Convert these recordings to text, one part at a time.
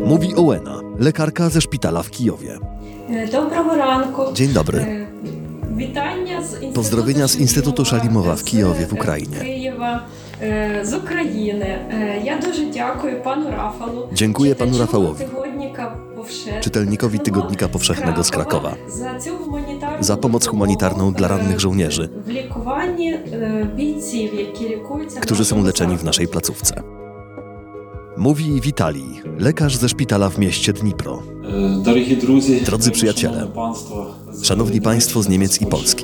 Mówi Ołena, lekarka ze szpitala w Kijowie. Dobrego ranku. Dzień dobry. Pozdrowienia z Instytutu Szalimowa w Kijowie w Ukrainie. Z Ukrainy. Ja дуже дякую пану Рафалу. Dziękuję panu Rafałowi, czytelnikowi Tygodnika Powszechnego z Krakowa, za pomoc humanitarną dla rannych żołnierzy, którzy są leczeni w naszej placówce. Mówi Witalij, lekarz ze szpitala w mieście Dnipro. Drodzy przyjaciele, szanowni państwo z Niemiec i Polski,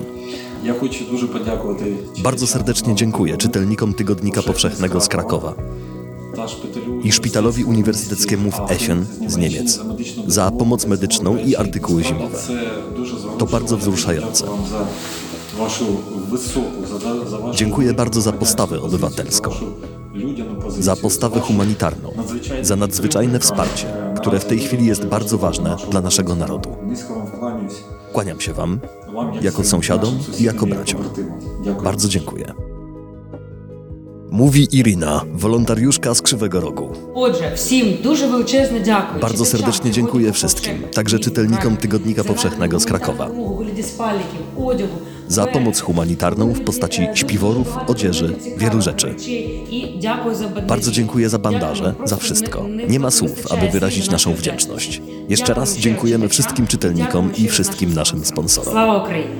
bardzo serdecznie dziękuję czytelnikom Tygodnika Powszechnego z Krakowa i Szpitalowi Uniwersyteckiemu w Essen z Niemiec za pomoc medyczną i artykuły zimowe. To bardzo wzruszające. Dziękuję bardzo za postawę obywatelską, za postawę humanitarną, za nadzwyczajne wsparcie, które w tej chwili jest bardzo ważne dla naszego narodu. Kłaniam się wam, jako sąsiadom i jako braciom. Bardzo dziękuję. Mówi Irina, wolontariuszka z Krzywego Rogu. Bardzo serdecznie dziękuję wszystkim, także czytelnikom Tygodnika Powszechnego z Krakowa, za pomoc humanitarną w postaci śpiworów, odzieży, wielu rzeczy. Bardzo dziękuję za bandaże, za wszystko. Nie ma słów, aby wyrazić naszą wdzięczność. Jeszcze raz dziękujemy wszystkim czytelnikom i wszystkim naszym sponsorom. Слава Україні!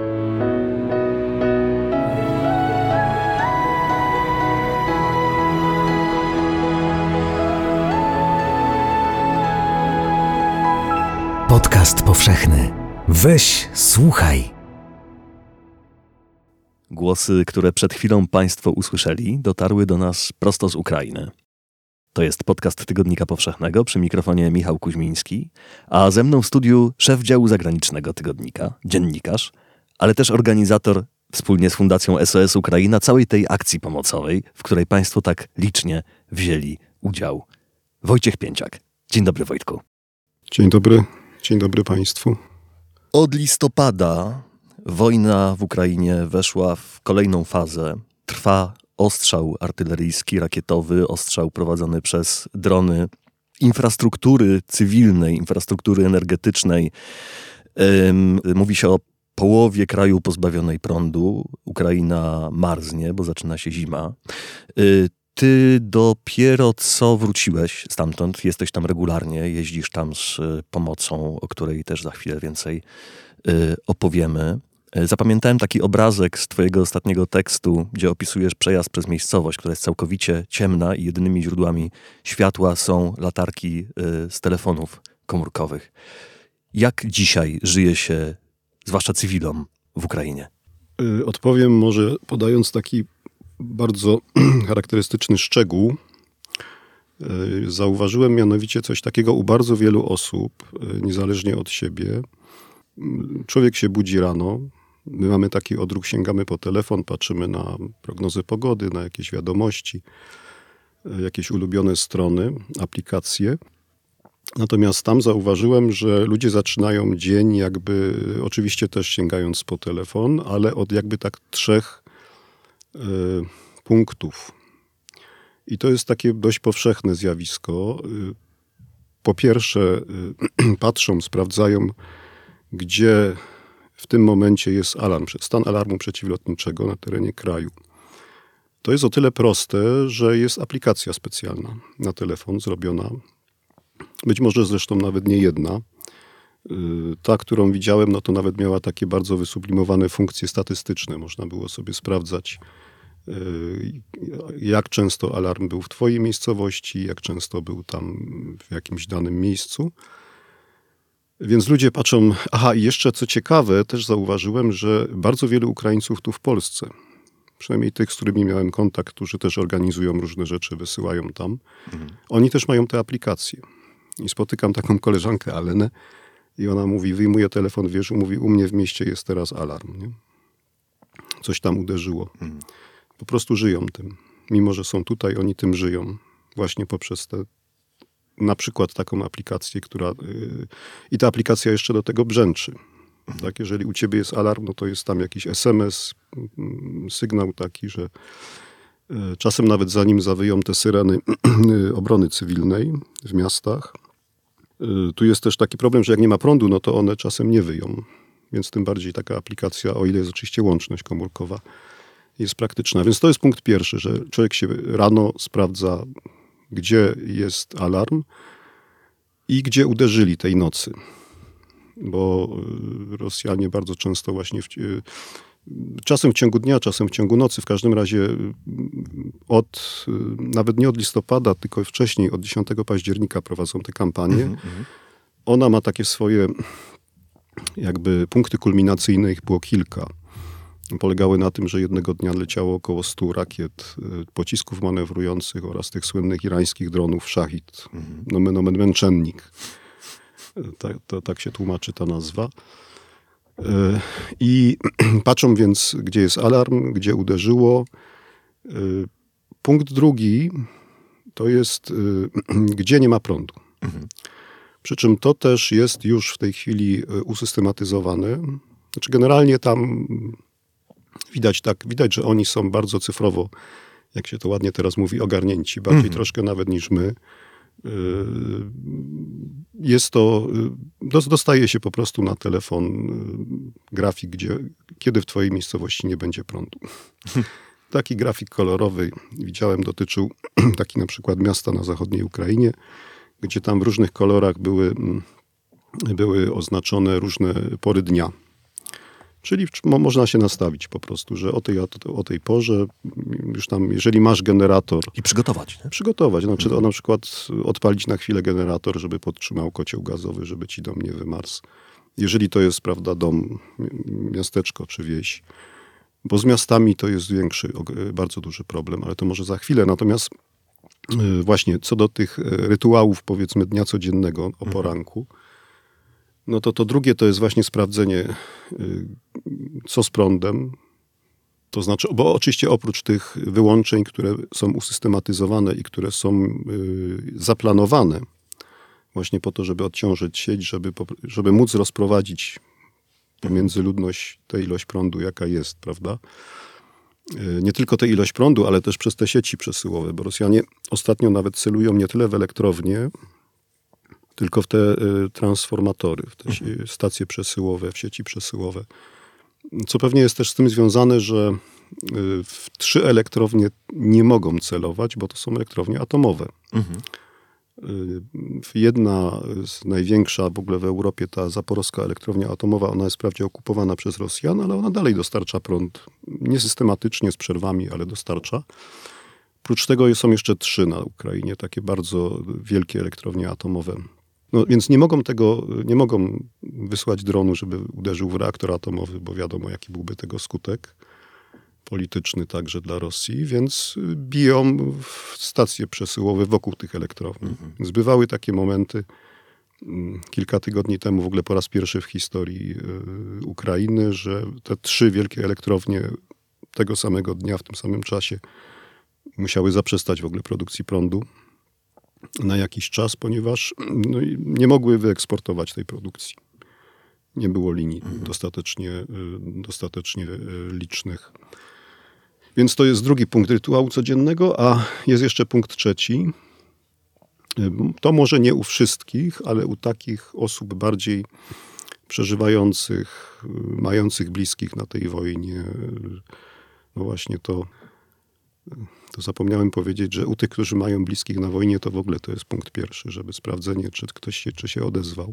Podcast powszechny. Weź, słuchaj. Głosy, które przed chwilą państwo usłyszeli, dotarły do nas prosto z Ukrainy. To jest podcast Tygodnika Powszechnego, przy mikrofonie Michał Kuźmiński, a ze mną w studiu szef działu zagranicznego Tygodnika, dziennikarz, ale też organizator wspólnie z Fundacją SOS Ukraina całej tej akcji pomocowej, w której państwo tak licznie wzięli udział. Wojciech Pięciak. Dzień dobry, Wojtku. Dzień dobry państwu. Od listopada wojna w Ukrainie weszła w kolejną fazę. Trwa ostrzał artyleryjski, rakietowy, ostrzał prowadzony przez drony infrastruktury cywilnej, infrastruktury energetycznej. Mówi się o połowie kraju pozbawionej prądu. Ukraina marznie, bo zaczyna się zima. Ty dopiero co wróciłeś stamtąd, jesteś tam regularnie, jeździsz tam z pomocą, o której też za chwilę więcej opowiemy. Zapamiętałem taki obrazek z twojego ostatniego tekstu, gdzie opisujesz przejazd przez miejscowość, która jest całkowicie ciemna i jedynymi źródłami światła są latarki z telefonów komórkowych. Jak dzisiaj żyje się, zwłaszcza cywilom w Ukrainie? Odpowiem może podając taki bardzo charakterystyczny szczegół. Zauważyłem mianowicie coś takiego u bardzo wielu osób, niezależnie od siebie. Człowiek się budzi rano, my mamy taki odruch, sięgamy po telefon, patrzymy na prognozę pogody, na jakieś wiadomości, jakieś ulubione strony, aplikacje. Natomiast tam zauważyłem, że ludzie zaczynają dzień jakby, oczywiście też sięgając po telefon, ale od jakby tak 3 punktów. I to jest takie dość powszechne zjawisko. Po pierwsze patrzą, sprawdzają, gdzie w tym momencie jest alarm, stan alarmu przeciwlotniczego na terenie kraju. To jest o tyle proste, że jest aplikacja specjalna na telefon zrobiona. Być może zresztą nawet nie jedna. Ta, którą widziałem, no to nawet miała takie bardzo wysublimowane funkcje statystyczne. Można było sobie sprawdzać, jak często alarm był w twojej miejscowości, jak często był tam w jakimś danym miejscu. Więc ludzie patrzą. Aha, i jeszcze co ciekawe, też zauważyłem, że bardzo wielu Ukraińców tu w Polsce, przynajmniej tych, z którymi miałem kontakt, którzy też organizują różne rzeczy, wysyłają tam, oni też mają te aplikacje. I spotykam taką koleżankę, Alenę, i ona mówi, wyjmuje telefon, wiesz, mówi, u mnie w mieście jest teraz alarm. Nie? Coś tam uderzyło. Po prostu żyją tym. Mimo że są tutaj, oni tym żyją. Właśnie poprzez te, na przykład taką aplikację, która... I ta aplikacja jeszcze do tego brzęczy. Tak? Jeżeli u ciebie jest alarm, no to jest tam jakiś SMS, sygnał taki, że czasem nawet zanim zawyją te syreny obrony cywilnej w miastach, Tu jest też taki problem, że jak nie ma prądu, no to one czasem nie wyją. Więc tym bardziej taka aplikacja, o ile jest oczywiście łączność komórkowa, jest praktyczna. Więc to jest punkt pierwszy, że człowiek się rano sprawdza, gdzie jest alarm i gdzie uderzyli tej nocy. Bo Rosjanie bardzo często właśnie czasem w ciągu dnia, czasem w ciągu nocy, w każdym razie nawet nie od listopada, tylko wcześniej, od 10 października prowadzą tę kampanię. Ona ma takie swoje jakby punkty kulminacyjne, ich było kilka. Polegały na tym, że jednego dnia leciało około 100 rakiet, pocisków manewrujących oraz tych słynnych irańskich dronów Szahid. Nomen omen męczennik. Tak się tłumaczy ta nazwa. I patrzą więc, gdzie jest alarm, gdzie uderzyło. Punkt drugi to jest, gdzie nie ma prądu. Przy czym to też jest już w tej chwili usystematyzowane. Znaczy generalnie tam widać, że oni są bardzo cyfrowo, jak się to ładnie teraz mówi, ogarnięci. Bardziej troszkę nawet niż my. Jest to, dostaje się po prostu na telefon grafik, kiedy w twojej miejscowości nie będzie prądu. Taki grafik kolorowy widziałem, dotyczył taki na przykład miasta na zachodniej Ukrainie, gdzie tam w różnych kolorach były oznaczone różne pory dnia. Czyli można się nastawić po prostu, że o tej porze już tam, jeżeli masz generator... I przygotować. Nie? Przygotować. Znaczy, na przykład odpalić na chwilę generator, żeby podtrzymał kocioł gazowy, żeby ci dom nie wymarzł. Jeżeli to jest, prawda, dom, miasteczko czy wieś. Bo z miastami to jest bardzo duży problem, ale to może za chwilę. Natomiast właśnie co do tych rytuałów, powiedzmy, dnia codziennego o poranku, no to drugie to jest właśnie sprawdzenie, co z prądem. To znaczy, bo oczywiście oprócz tych wyłączeń, które są usystematyzowane i które są zaplanowane właśnie po to, żeby odciążyć sieć, żeby móc rozprowadzić pomiędzy ludność tę ilość prądu, jaka jest, prawda? Nie tylko tę ilość prądu, ale też przez te sieci przesyłowe, bo Rosjanie ostatnio nawet celują nie tyle w elektrownie, tylko w te transformatory, w te stacje przesyłowe, w sieci przesyłowe. Co pewnie jest też z tym związane, że w 3 elektrownie nie mogą celować, bo to są elektrownie atomowe. Jedna największa w ogóle w Europie, ta zaporowska elektrownia atomowa, ona jest wprawdzie okupowana przez Rosjan, ale ona dalej dostarcza prąd. Nie z przerwami, ale dostarcza. Prócz tego są jeszcze 3 na Ukrainie, takie bardzo wielkie elektrownie atomowe. No, więc nie mogą wysłać dronu, żeby uderzył w reaktor atomowy, bo wiadomo, jaki byłby tego skutek polityczny także dla Rosji, więc biją w stacje przesyłowe wokół tych elektrowni. Więc bywały takie momenty kilka tygodni temu, w ogóle po raz pierwszy w historii Ukrainy, że te 3 wielkie elektrownie tego samego dnia, w tym samym czasie musiały zaprzestać w ogóle produkcji prądu na jakiś czas, ponieważ nie mogły wyeksportować tej produkcji. Nie było linii dostatecznie licznych. Więc to jest drugi punkt rytuału codziennego, a jest jeszcze punkt trzeci. To może nie u wszystkich, ale u takich osób bardziej przeżywających, mających bliskich na tej wojnie. No właśnie to zapomniałem powiedzieć, że u tych, którzy mają bliskich na wojnie, to w ogóle to jest punkt pierwszy, żeby sprawdzenie, czy ktoś się odezwał.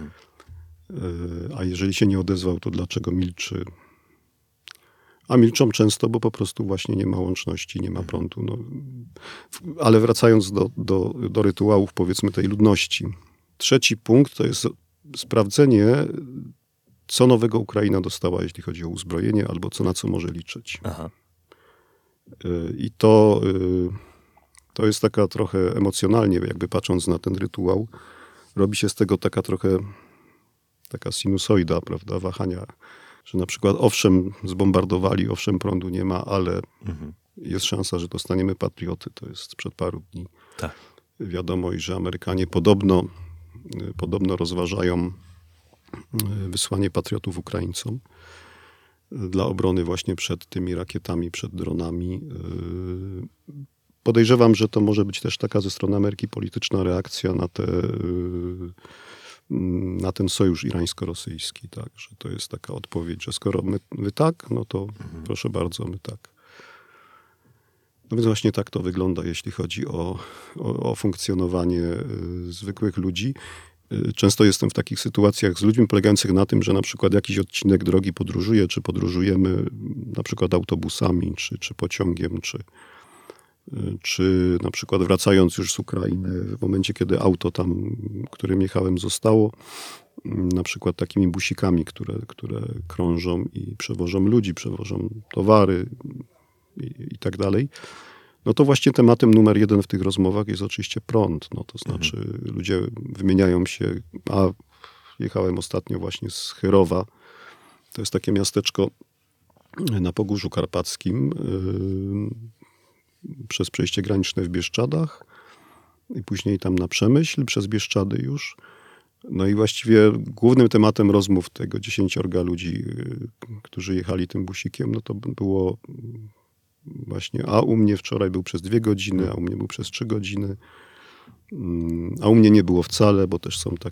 A jeżeli się nie odezwał, to dlaczego milczy? A milczą często, bo po prostu właśnie nie ma łączności, nie ma prądu. No. Ale wracając do rytuałów, powiedzmy, tej ludności. Trzeci punkt to jest sprawdzenie, co nowego Ukraina dostała, jeśli chodzi o uzbrojenie, albo na co może liczyć. Aha. I to jest taka trochę emocjonalnie, jakby patrząc na ten rytuał, robi się z tego taka sinusoida, prawda, wahania, że na przykład owszem zbombardowali, owszem prądu nie ma, ale jest szansa, że dostaniemy patrioty. To jest sprzed paru dni. Tak. Wiadomo, i że Amerykanie podobno rozważają wysłanie patriotów Ukraińcom dla obrony właśnie przed tymi rakietami, przed dronami. podejrzewam, że to może być też taka ze strony Ameryki polityczna reakcja na ten sojusz irańsko-rosyjski, tak, że to jest taka odpowiedź, że skoro my tak, no to proszę bardzo, my tak. No więc właśnie tak to wygląda, jeśli chodzi o funkcjonowanie zwykłych ludzi. Często jestem w takich sytuacjach z ludźmi polegających na tym, że na przykład jakiś odcinek drogi podróżuje, czy podróżujemy na przykład autobusami, czy pociągiem, czy na przykład wracając już z Ukrainy, w momencie, kiedy auto tam, którym jechałem, zostało, na przykład takimi busikami, które krążą i przewożą ludzi, przewożą towary i tak dalej. No to właśnie tematem numer 1 w tych rozmowach jest oczywiście prąd. No to znaczy ludzie wymieniają się, jechałem ostatnio właśnie z Chyrowa. To jest takie miasteczko na Pogórzu Karpackim, przez przejście graniczne w Bieszczadach i później tam na Przemyśl, przez Bieszczady już. No i właściwie głównym tematem rozmów tego 10 ludzi, którzy jechali tym busikiem, no to było właśnie, a u mnie wczoraj był przez 2 godziny, a u mnie był przez 3 godziny, a u mnie nie było wcale, bo też są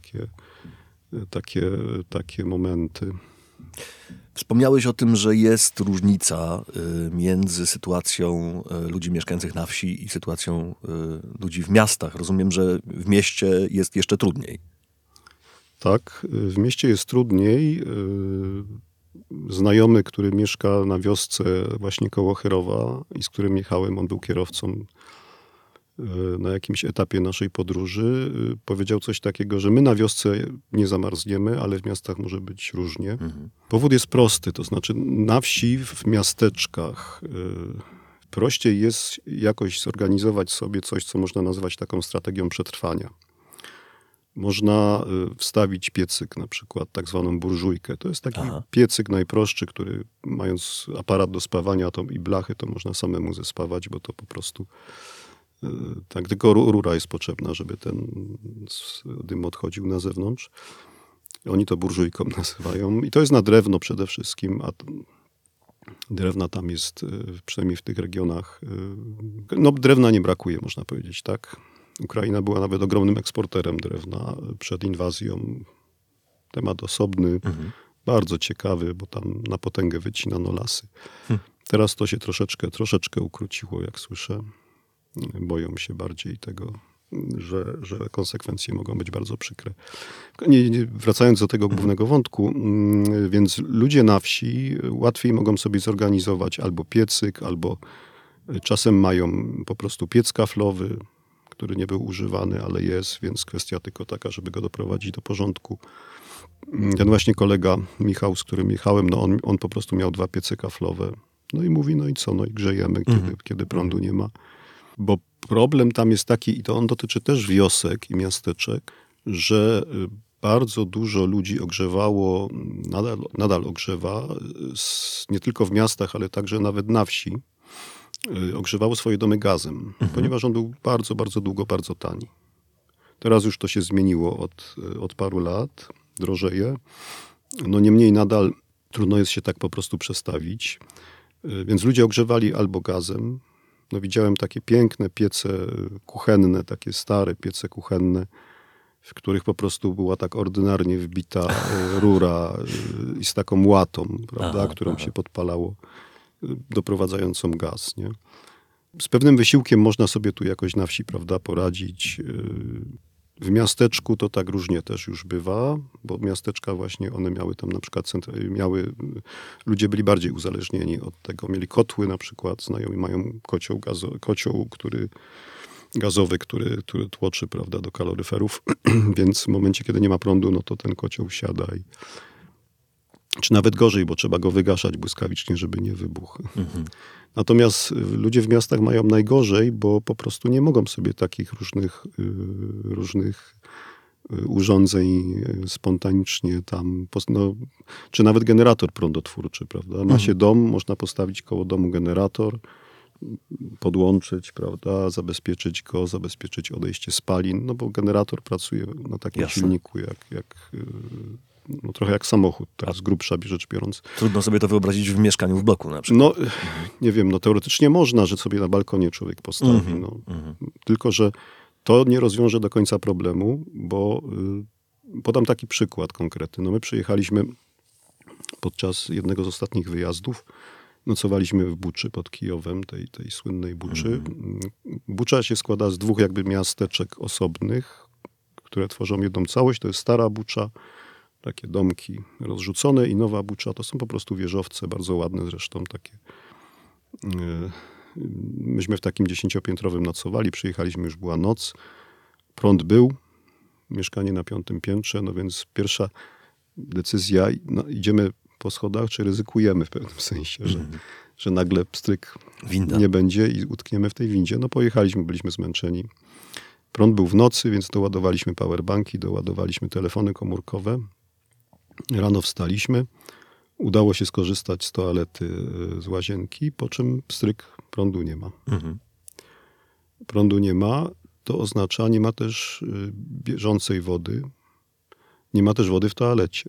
takie momenty. Wspomniałeś o tym, że jest różnica między sytuacją ludzi mieszkających na wsi i sytuacją ludzi w miastach. Rozumiem, że w mieście jest jeszcze trudniej. Tak, w mieście jest trudniej. Znajomy, który mieszka na wiosce właśnie koło Chyrowa i z którym jechałem, on był kierowcą na jakimś etapie naszej podróży, powiedział coś takiego, że my na wiosce nie zamarzniemy, ale w miastach może być różnie. Powód jest prosty, to znaczy na wsi, w miasteczkach prościej jest jakoś zorganizować sobie coś, co można nazwać taką strategią przetrwania. Można wstawić piecyk, na przykład tak zwaną burżujkę. To jest taki piecyk najprostszy, który mając aparat do spawania i blachy, to można samemu zespawać, bo to po prostu tak, tylko rura jest potrzebna, żeby ten dym odchodził na zewnątrz. Oni to burżujką nazywają. I to jest na drewno przede wszystkim, a drewna tam jest, przynajmniej w tych regionach, no drewna nie brakuje, można powiedzieć, tak? Ukraina była nawet ogromnym eksporterem drewna przed inwazją. Temat osobny, bardzo ciekawy, bo tam na potęgę wycinano lasy. Teraz to się troszeczkę ukróciło, jak słyszę. Boją się bardziej tego, że konsekwencje mogą być bardzo przykre. Wracając do tego głównego wątku, więc ludzie na wsi łatwiej mogą sobie zorganizować albo piecyk, albo czasem mają po prostu piec kaflowy, który nie był używany, ale jest, więc kwestia tylko taka, żeby go doprowadzić do porządku. Ten właśnie kolega Michał, z którym jechałem, no on po prostu miał 2 piece kaflowe. No i mówi, no i co, no i grzejemy, kiedy prądu nie ma. Bo problem tam jest taki, i to on dotyczy też wiosek i miasteczek, że bardzo dużo ludzi ogrzewało, nadal ogrzewa, nie tylko w miastach, ale także nawet na wsi, ogrzewało swoje domy gazem, ponieważ on był bardzo, bardzo długo bardzo tani. Teraz już to się zmieniło od paru lat, drożeje. No niemniej nadal trudno jest się tak po prostu przestawić. Więc ludzie ogrzewali albo gazem. No widziałem takie piękne piece kuchenne, takie stare piece kuchenne, w których po prostu była tak ordynarnie wbita rura i z taką łatą, prawda, którą się podpalało, doprowadzającą gaz, nie? Z pewnym wysiłkiem można sobie tu jakoś na wsi, prawda, poradzić. W miasteczku to tak różnie też już bywa, bo miasteczka właśnie one miały tam na przykład, ludzie byli bardziej uzależnieni od tego. Mieli kotły na przykład, znajomi mają kocioł, gazowy, który tłoczy, prawda, do kaloryferów, więc w momencie, kiedy nie ma prądu, no to ten kocioł siada czy nawet gorzej, bo trzeba go wygaszać błyskawicznie, żeby nie wybuchł. Natomiast ludzie w miastach mają najgorzej, bo po prostu nie mogą sobie takich różnych urządzeń spontanicznie tam, czy nawet generator prądotwórczy, prawda? Ma się dom, można postawić koło domu generator, podłączyć, prawda, zabezpieczyć odejście spalin, no bo generator pracuje na takim silniku jak no, trochę jak samochód, tak z grubsza rzecz biorąc. Trudno sobie to wyobrazić w mieszkaniu w bloku na przykład. No, nie wiem, no teoretycznie można, że sobie na balkonie człowiek postawi, no. Tylko że to nie rozwiąże do końca problemu, bo podam taki przykład konkretny. No my przyjechaliśmy podczas jednego z ostatnich wyjazdów, nocowaliśmy w Buczy pod Kijowem, tej słynnej Buczy. Bucza się składa z dwóch jakby miasteczek osobnych, które tworzą jedną całość. To jest Stara Bucza, takie domki rozrzucone, i Nowa Bucza to są po prostu wieżowce, bardzo ładne zresztą takie. Myśmy w takim 10-piętrowym nocowali, przyjechaliśmy, już była noc, prąd był, mieszkanie na 5. piętrze, no więc pierwsza decyzja, no, idziemy po schodach, czy ryzykujemy w pewnym sensie, że nagle pstryk Winda. nie będzie i utkniemy w tej windzie. No pojechaliśmy, byliśmy zmęczeni. Prąd był w nocy, więc doładowaliśmy powerbanki, doładowaliśmy telefony komórkowe. Rano wstaliśmy. Udało się skorzystać z toalety, z łazienki, po czym pstryk, prądu nie ma. Prądu nie ma, to oznacza, nie ma też bieżącej wody. Nie ma też wody w toalecie.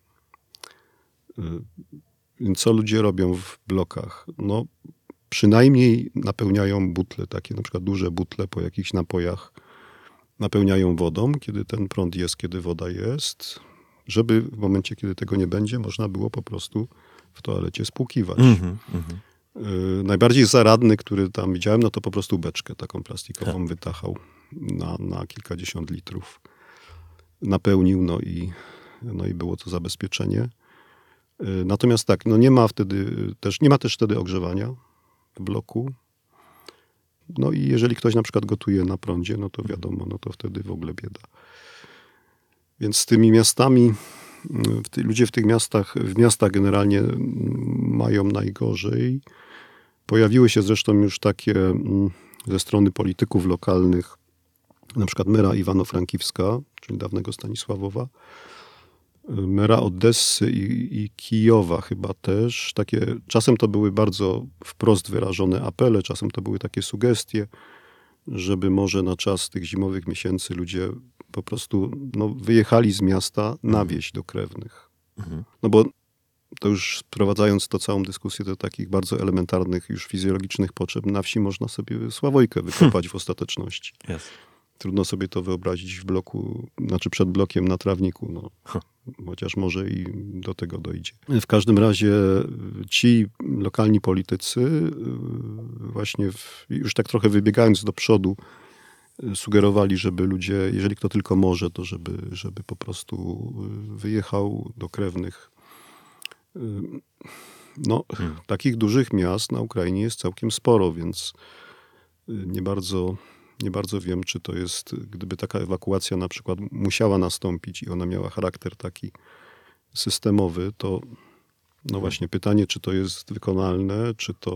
Więc co ludzie robią w blokach? No, przynajmniej napełniają butle, takie na przykład duże butle po jakichś napojach, napełniają wodą, kiedy ten prąd jest, kiedy woda jest, żeby w momencie, kiedy tego nie będzie, można było po prostu w toalecie spłukiwać. Najbardziej zaradny, który tam widziałem, no to po prostu beczkę taką plastikową wytachał na kilkadziesiąt litrów. Napełnił, no i było to zabezpieczenie. Natomiast tak, no nie ma też wtedy ogrzewania w bloku. No i jeżeli ktoś na przykład gotuje na prądzie, no to wiadomo, no to wtedy w ogóle bieda. Więc z tymi miastami, ludzie w miastach generalnie mają najgorzej. Pojawiły się zresztą już takie ze strony polityków lokalnych, na przykład mera Iwano-Frankiwska, czyli dawnego Stanisławowa, mera Odessy i Kijowa chyba też. Czasem to były bardzo wprost wyrażone apele, czasem to były takie sugestie, żeby może na czas tych zimowych miesięcy ludzie po prostu wyjechali z miasta na wieś do krewnych. No bo to już sprowadzając to całą dyskusję do takich bardzo elementarnych już fizjologicznych potrzeb, na wsi można sobie Sławojkę wykopać w ostateczności. Jest. Trudno sobie to wyobrazić w bloku, znaczy przed blokiem na trawniku, no. Chociaż może i do tego dojdzie. W każdym razie ci lokalni politycy właśnie już tak trochę wybiegając do przodu, sugerowali, żeby ludzie, jeżeli kto tylko może, to żeby po prostu wyjechał do krewnych. No, takich dużych miast na Ukrainie jest całkiem sporo, więc nie bardzo wiem, czy to jest, gdyby taka ewakuacja na przykład musiała nastąpić i ona miała charakter taki systemowy, to no właśnie pytanie, czy to jest wykonalne,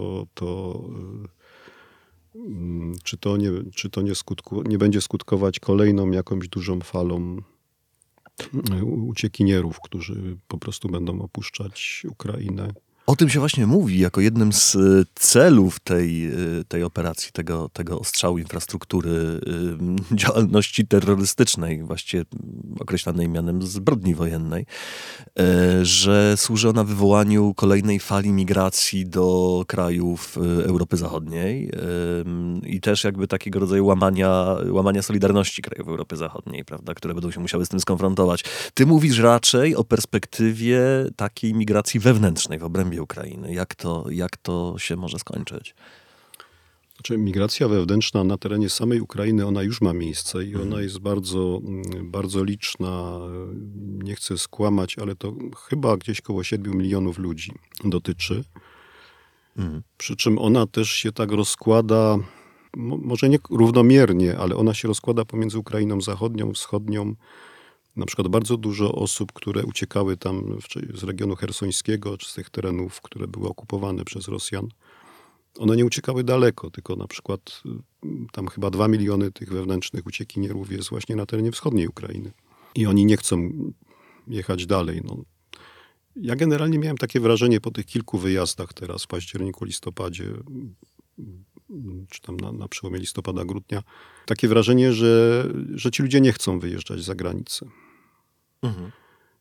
czy to nie będzie skutkować kolejną jakąś dużą falą uciekinierów, którzy po prostu będą opuszczać Ukrainę. O tym się właśnie mówi jako jednym z celów tej operacji, tego ostrzału infrastruktury, działalności terrorystycznej, właściwie określanej mianem zbrodni wojennej, że służy ona wywołaniu kolejnej fali migracji do krajów Europy Zachodniej i też jakby takiego rodzaju łamania solidarności krajów Europy Zachodniej, prawda, które będą się musiały z tym skonfrontować. Ty mówisz raczej o perspektywie takiej migracji wewnętrznej w obrębie Ukrainy. Jak to się może skończyć? Znaczy, migracja wewnętrzna na terenie samej Ukrainy, ona już ma miejsce i ona jest bardzo, bardzo liczna. Nie chcę skłamać, ale to chyba gdzieś koło 7 milionów ludzi dotyczy. Przy czym ona też się tak rozkłada, może nie równomiernie, ale ona się rozkłada pomiędzy Ukrainą zachodnią, wschodnią. Na przykład bardzo dużo osób, które uciekały tam z regionu chersońskiego, czy z tych terenów, które były okupowane przez Rosjan, one nie uciekały daleko, tylko na przykład tam chyba 2 miliony tych wewnętrznych uciekinierów jest właśnie na terenie wschodniej Ukrainy. I oni nie chcą jechać dalej. No. Ja generalnie miałem takie wrażenie po tych kilku wyjazdach teraz w październiku, listopadzie, czy tam na przełomie listopada, grudnia, takie wrażenie, że ci ludzie nie chcą wyjeżdżać za granicę.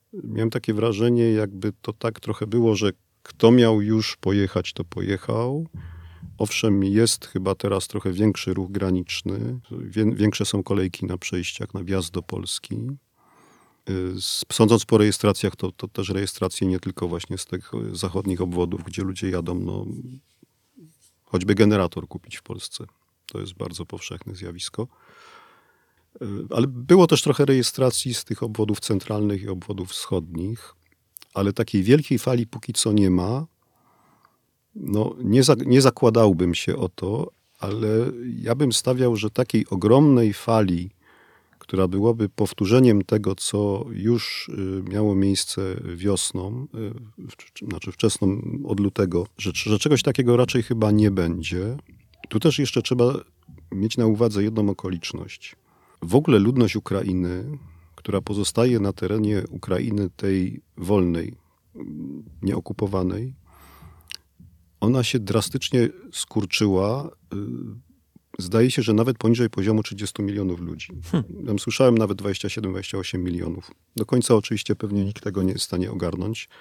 miałem takie wrażenie, jakby to tak trochę było, że kto miał już pojechać, to pojechał. Owszem, jest chyba teraz trochę większy ruch graniczny. Większe są kolejki na przejściach, na wjazd do Polski. Sądząc po rejestracjach, to też rejestracje nie tylko właśnie z tych zachodnich obwodów, gdzie ludzie jadą, no, choćby generator kupić w Polsce. To jest bardzo powszechne zjawisko. Ale było też trochę rejestracji z tych obwodów centralnych i obwodów wschodnich, ale takiej wielkiej fali póki co nie ma. No, nie zakładałbym się o to, ale ja bym stawiał, że takiej ogromnej fali, która byłaby powtórzeniem tego, co już miało miejsce wiosną, znaczy wczesną od lutego, że czegoś takiego raczej chyba nie będzie. Tu też jeszcze trzeba mieć na uwadze jedną okoliczność. W ogóle ludność Ukrainy, która pozostaje na terenie Ukrainy tej wolnej, nieokupowanej, ona się drastycznie skurczyła. Zdaje się, że nawet poniżej poziomu 30 milionów ludzi. Tam słyszałem nawet 27-28 milionów. Do końca oczywiście pewnie nikt tego nie jest w stanie ogarnąć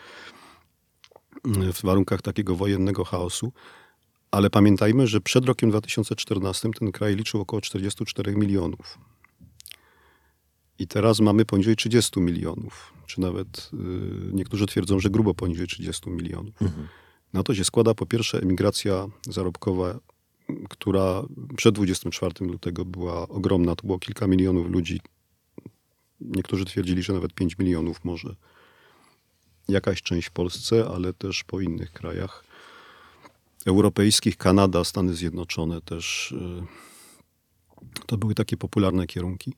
w warunkach takiego wojennego chaosu. Ale pamiętajmy, że przed rokiem 2014 ten kraj liczył około 44 milionów. I teraz mamy poniżej 30 milionów. Czy nawet niektórzy twierdzą, że grubo poniżej 30 milionów. Na to się składa po pierwsze emigracja zarobkowa, która przed 24 lutego była ogromna. To było kilka milionów ludzi. Niektórzy twierdzili, że nawet 5 milionów może. Jakaś część w Polsce, ale też po innych krajach europejskich, Kanada, Stany Zjednoczone też. To były takie popularne kierunki.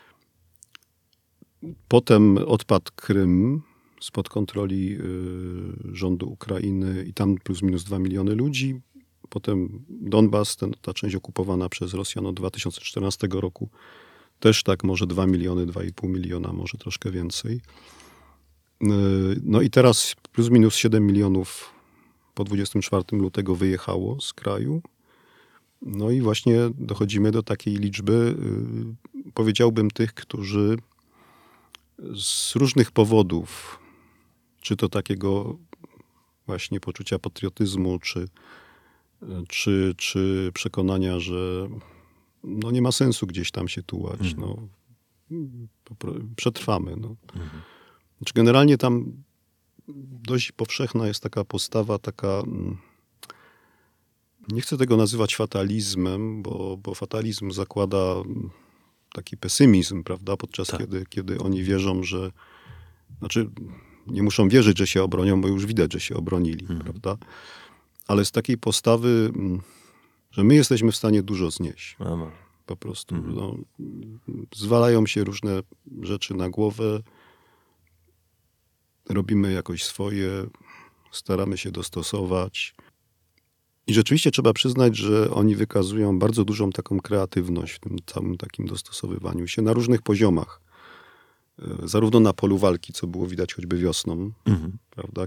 Potem odpadł Krym spod kontroli rządu Ukrainy i tam plus minus 2 miliony ludzi. Potem Donbas, ta część okupowana przez Rosjan od 2014 roku, też tak może 2 miliony, 2,5 miliona, może troszkę więcej. No i teraz plus minus 7 milionów po 24 lutego wyjechało z kraju. No i właśnie dochodzimy do takiej liczby, powiedziałbym, tych, którzy z różnych powodów, czy to takiego właśnie poczucia patriotyzmu, czy przekonania, że no nie ma sensu gdzieś tam się tułać, no, przetrwamy. No. Znaczy generalnie tam dość powszechna jest taka postawa, nie chcę tego nazywać fatalizmem, bo fatalizm zakłada taki pesymizm, prawda, podczas kiedy oni wierzą, że, znaczy nie muszą wierzyć, że się obronią, bo już widać, że się obronili, prawda, ale z takiej postawy, że my jesteśmy w stanie dużo znieść. Po prostu. No, zwalają się różne rzeczy na głowę, robimy jakoś swoje, staramy się dostosować. I rzeczywiście trzeba przyznać, że oni wykazują bardzo dużą taką kreatywność w tym całym takim dostosowywaniu się na różnych poziomach. Zarówno na polu walki, co było widać choćby wiosną, prawda,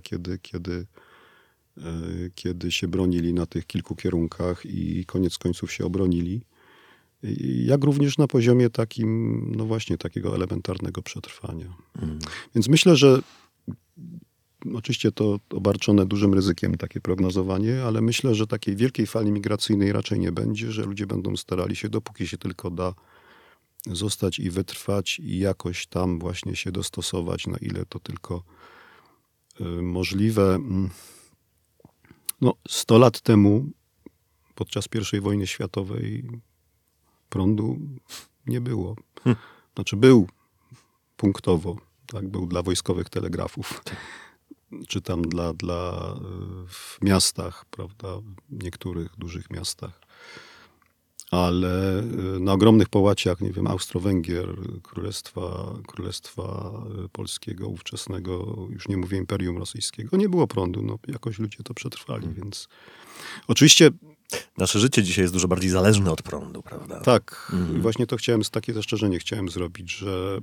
kiedy się bronili na tych kilku kierunkach i koniec końców się obronili. Jak również na poziomie takim, no właśnie, takiego elementarnego przetrwania. Więc myślę, że oczywiście to obarczone dużym ryzykiem takie prognozowanie, ale myślę, że takiej wielkiej fali migracyjnej raczej nie będzie, że ludzie będą starali się, dopóki się tylko da, zostać i wytrwać i jakoś tam właśnie się dostosować, na ile to tylko możliwe. No, 100 lat temu, podczas I wojny światowej, prądu nie było. Znaczy był punktowo, tak, był dla wojskowych telegrafów. Czy tam w miastach, prawda, w niektórych dużych miastach. Ale na ogromnych połaciach, nie wiem, Austro-Węgier, Królestwa Polskiego ówczesnego, już nie mówię Imperium Rosyjskiego, nie było prądu. No, jakoś ludzie to przetrwali, więc oczywiście... Nasze życie dzisiaj jest dużo bardziej zależne od prądu, prawda? Tak. I właśnie to takie zastrzeżenie chciałem zrobić, że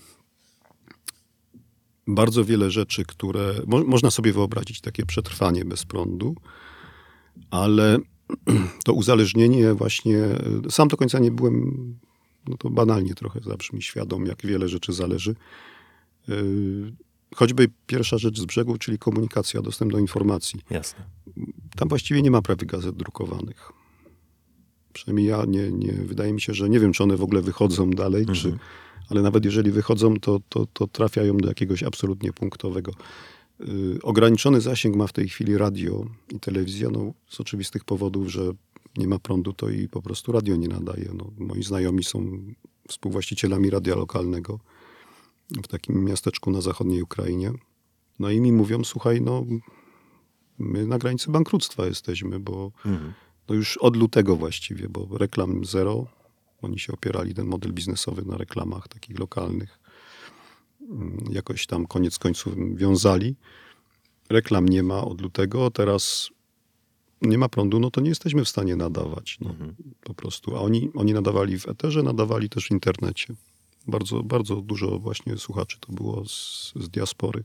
bardzo wiele rzeczy, które... Można sobie wyobrazić takie przetrwanie bez prądu, ale to uzależnienie właśnie... Sam do końca nie byłem, no to banalnie trochę zabrzmi, świadom, jak wiele rzeczy zależy. choćby pierwsza rzecz z brzegu, czyli komunikacja, dostęp do informacji. Jasne. Tam właściwie nie ma prawie gazet drukowanych. Przynajmniej ja wydaje mi się, że nie wiem, czy one w ogóle wychodzą dalej, ale nawet jeżeli wychodzą, to trafiają do jakiegoś absolutnie punktowego. Ograniczony zasięg ma w tej chwili radio i telewizja, no, z oczywistych powodów, że nie ma prądu, to i po prostu radio nie nadaje. No, moi znajomi są współwłaścicielami radia lokalnego w takim miasteczku na zachodniej Ukrainie. No i mi mówią, słuchaj, no my na granicy bankructwa jesteśmy, bo no już od lutego właściwie, bo reklam zero. Oni się opierali, ten model biznesowy, na reklamach takich lokalnych. Jakoś tam koniec końców wiązali. Reklam nie ma od lutego, teraz nie ma prądu, no to nie jesteśmy w stanie nadawać. No, po prostu. A oni nadawali w eterze, nadawali też w internecie. Bardzo, bardzo dużo właśnie słuchaczy to było z diaspory.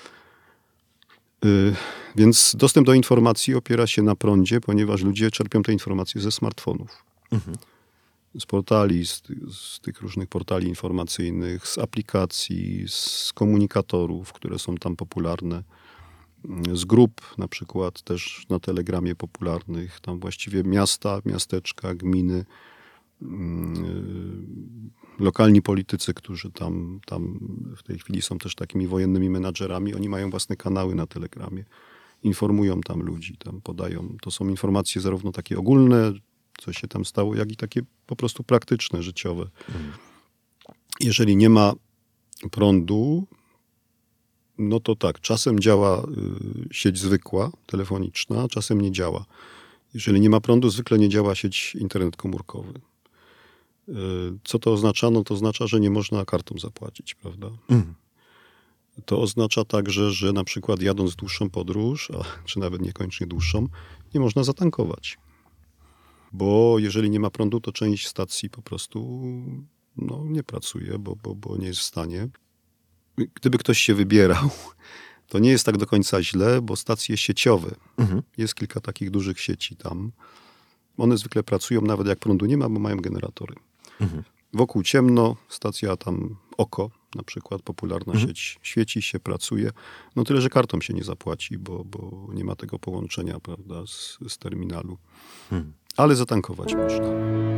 Więc dostęp do informacji opiera się na prądzie, ponieważ ludzie czerpią te informacje ze smartfonów. Z portali, z tych różnych portali informacyjnych, z aplikacji, z komunikatorów, które są tam popularne, z grup na przykład też na Telegramie popularnych, tam właściwie miasta, miasteczka, gminy, lokalni politycy, którzy tam w tej chwili są też takimi wojennymi menadżerami, oni mają własne kanały na Telegramie, informują tam ludzi, tam podają, to są informacje zarówno takie ogólne, co się tam stało, jak i takie po prostu praktyczne, życiowe. Jeżeli nie ma prądu, no to tak, czasem działa sieć zwykła, telefoniczna, czasem nie działa. Jeżeli nie ma prądu, zwykle nie działa sieć internet komórkowy. Co to oznacza? No to oznacza, że nie można kartą zapłacić, prawda? To oznacza także, że na przykład jadąc w dłuższą podróż, czy nawet niekoniecznie dłuższą, nie można zatankować. Bo jeżeli nie ma prądu, to część stacji po prostu no, nie pracuje, bo nie jest w stanie. Gdyby ktoś się wybierał, to nie jest tak do końca źle, bo stacje sieciowe, jest kilka takich dużych sieci tam, one zwykle pracują nawet jak prądu nie ma, bo mają generatory. Wokół ciemno, stacja tam Oko, na przykład popularna sieć, świeci się, pracuje. No tyle, że kartą się nie zapłaci, bo nie ma tego połączenia, prawda, z terminalu. Ale zatankować można.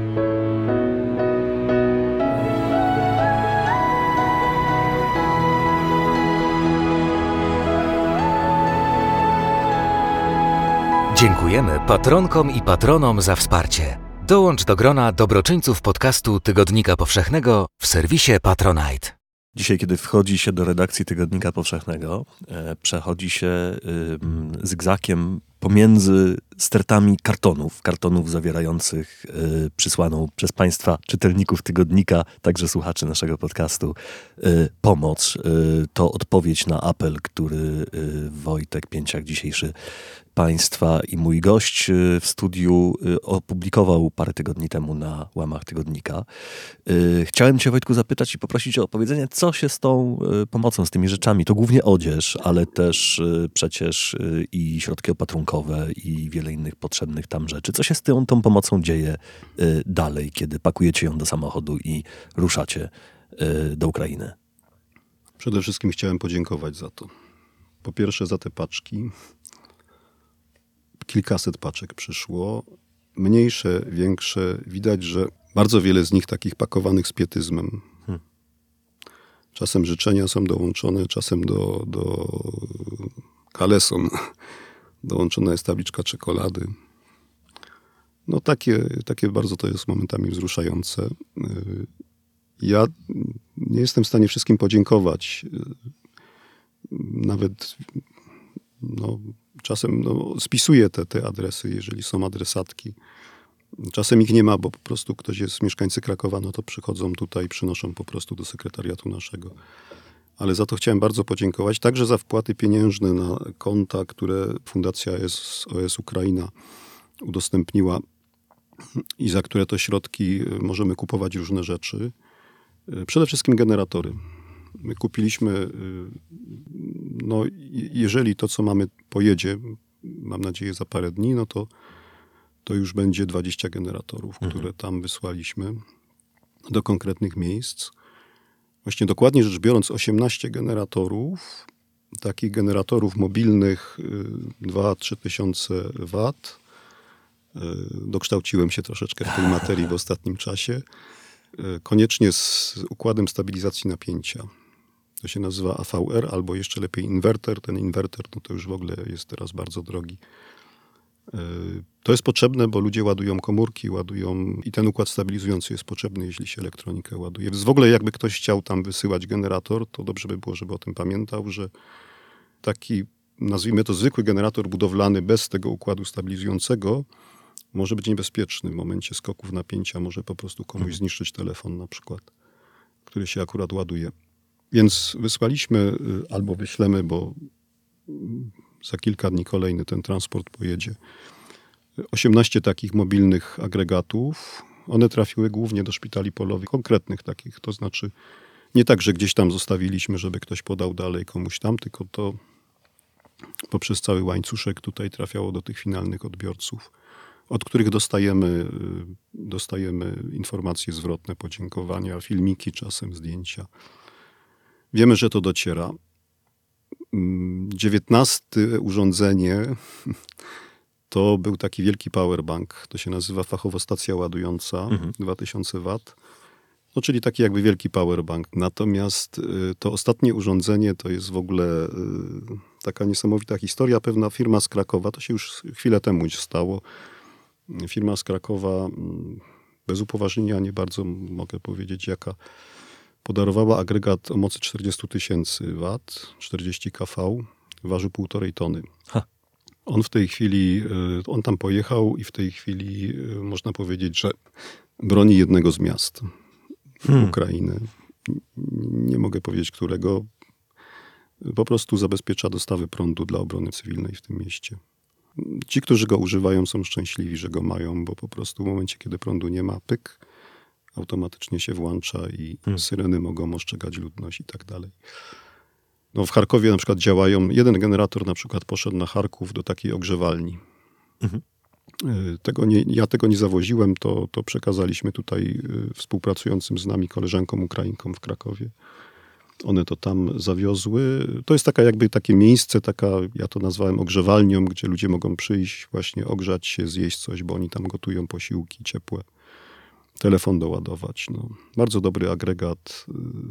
Dziękujemy patronkom i patronom za wsparcie. Dołącz do grona dobroczyńców podcastu Tygodnika Powszechnego w serwisie Patronite. Dzisiaj, kiedy wchodzi się do redakcji Tygodnika Powszechnego, przechodzi się zygzakiem pomiędzy stertami kartonów zawierających przysłaną przez Państwa czytelników Tygodnika, także słuchaczy naszego podcastu, pomoc. To odpowiedź na apel, który Wojtek Pięciak, dzisiejszy Państwa i mój gość w studiu opublikował parę tygodni temu na łamach Tygodnika. Chciałem Cię, Wojtku, zapytać i poprosić o opowiedzenie, co się z tą pomocą, z tymi rzeczami. To głównie odzież, ale też przecież i środki opatrunkowe i wiele innych potrzebnych tam rzeczy. Co się z tą pomocą dzieje dalej, kiedy pakujecie ją do samochodu i ruszacie do Ukrainy? Przede wszystkim chciałem podziękować za to. Po pierwsze za te paczki. Kilkaset paczek przyszło. Mniejsze, większe. Widać, że bardzo wiele z nich takich pakowanych z pietyzmem. Czasem życzenia są dołączone, czasem do kaleson dołączona jest tabliczka czekolady. No takie bardzo to jest momentami wzruszające. Ja nie jestem w stanie wszystkim podziękować. Nawet czasem spisuję te adresy, jeżeli są adresatki. Czasem ich nie ma, bo po prostu ktoś jest mieszkańcy Krakowa, no to przychodzą tutaj, przynoszą po prostu do sekretariatu naszego. Ale za to chciałem bardzo podziękować. Także za wpłaty pieniężne na konta, które Fundacja SOS Ukraina udostępniła i za które to środki możemy kupować różne rzeczy. Przede wszystkim generatory. My kupiliśmy, jeżeli to, co mamy, pojedzie, mam nadzieję za parę dni, no to już będzie 20 generatorów, które tam wysłaliśmy do konkretnych miejsc. Właśnie dokładnie rzecz biorąc 18 generatorów, takich generatorów mobilnych 2-3 tysiące wat. Dokształciłem się troszeczkę w tej materii w ostatnim czasie. Koniecznie z układem stabilizacji napięcia. To się nazywa AVR, albo jeszcze lepiej inwerter. Ten inwerter to już w ogóle jest teraz bardzo drogi. To jest potrzebne, bo ludzie ładują komórki, i ten układ stabilizujący jest potrzebny, jeśli się elektronikę ładuje. Więc w ogóle jakby ktoś chciał tam wysyłać generator, to dobrze by było, żeby o tym pamiętał, że taki, nazwijmy to zwykły generator budowlany bez tego układu stabilizującego może być niebezpieczny. W momencie skoków napięcia może po prostu komuś zniszczyć telefon na przykład, który się akurat ładuje. Więc wysłaliśmy albo wyślemy, bo za kilka dni kolejny ten transport pojedzie. 18 takich mobilnych agregatów. One trafiły głównie do szpitali polowych, konkretnych takich. To znaczy nie tak, że gdzieś tam zostawiliśmy, żeby ktoś podał dalej komuś tam, tylko to poprzez cały łańcuszek tutaj trafiało do tych finalnych odbiorców, od których dostajemy informacje zwrotne, podziękowania, filmiki, czasem zdjęcia. Wiemy, że to dociera. 19 urządzenie to był taki wielki powerbank. To się nazywa fachowo stacja ładująca, 2000 wat. No, czyli taki jakby wielki powerbank. Natomiast to ostatnie urządzenie to jest w ogóle taka niesamowita historia. Pewna firma z Krakowa, to się już chwilę temu stało. Firma z Krakowa, bez upoważnienia nie bardzo mogę powiedzieć jaka, podarowała agregat o mocy 40 tysięcy wat, 40 kV, ważył 1,5 tony. On w tej chwili, on tam pojechał i w tej chwili można powiedzieć, że broni jednego z miast Ukrainy. Nie mogę powiedzieć którego. Po prostu zabezpiecza dostawy prądu dla obrony cywilnej w tym mieście. Ci, którzy go używają, są szczęśliwi, że go mają, bo po prostu w momencie, kiedy prądu nie ma, pyk, automatycznie się włącza i syreny mogą ostrzegać ludność i tak dalej. No w Charkowie na przykład działają, jeden generator na przykład poszedł na Charków do takiej ogrzewalni. Ja tego nie zawoziłem, to przekazaliśmy tutaj współpracującym z nami koleżankom Ukrainkom w Krakowie. One to tam zawiozły. To jest takie miejsce, ja to nazwałem ogrzewalnią, gdzie ludzie mogą przyjść, właśnie ogrzać się, zjeść coś, bo oni tam gotują posiłki ciepłe. Telefon doładować. No. Bardzo dobry agregat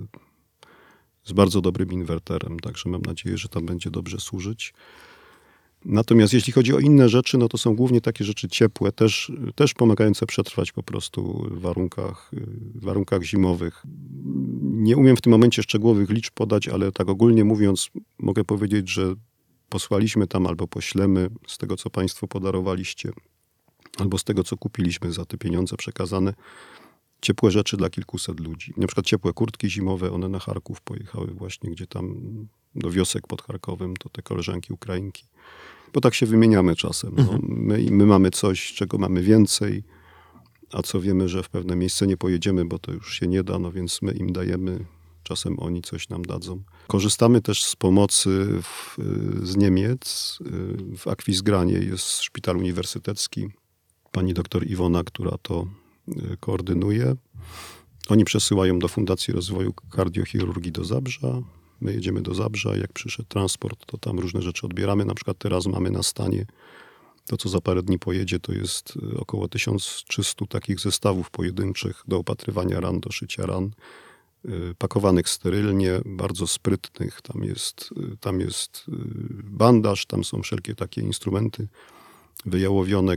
z bardzo dobrym inwerterem, także mam nadzieję, że tam będzie dobrze służyć. Natomiast jeśli chodzi o inne rzeczy, no to są głównie takie rzeczy ciepłe, też pomagające przetrwać po prostu w warunkach zimowych. Nie umiem w tym momencie szczegółowych liczb podać, ale tak ogólnie mówiąc mogę powiedzieć, że posłaliśmy tam albo poślemy z tego, co państwo podarowaliście, albo z tego, co kupiliśmy za te pieniądze przekazane, ciepłe rzeczy dla kilkuset ludzi. Na przykład ciepłe kurtki zimowe, one na Charków pojechały właśnie, gdzie tam do wiosek pod Charkowem, to te koleżanki Ukrainki. Bo tak się wymieniamy czasem. No. My mamy coś, czego mamy więcej, a co wiemy, że w pewne miejsce nie pojedziemy, bo to już się nie da, no więc my im dajemy, czasem oni coś nam dadzą. Korzystamy też z pomocy z Niemiec. W Akwizgranie jest szpital uniwersytecki. Pani doktor Iwona, która to koordynuje. Oni przesyłają do Fundacji Rozwoju Kardiochirurgii do Zabrza. My jedziemy do Zabrza. Jak przyszedł transport, to tam różne rzeczy odbieramy. Na przykład teraz mamy na stanie to, co za parę dni pojedzie, to jest około 1300 takich zestawów pojedynczych do opatrywania ran, do szycia ran, pakowanych sterylnie, bardzo sprytnych. Tam jest bandaż, tam są wszelkie takie instrumenty wyjałowione,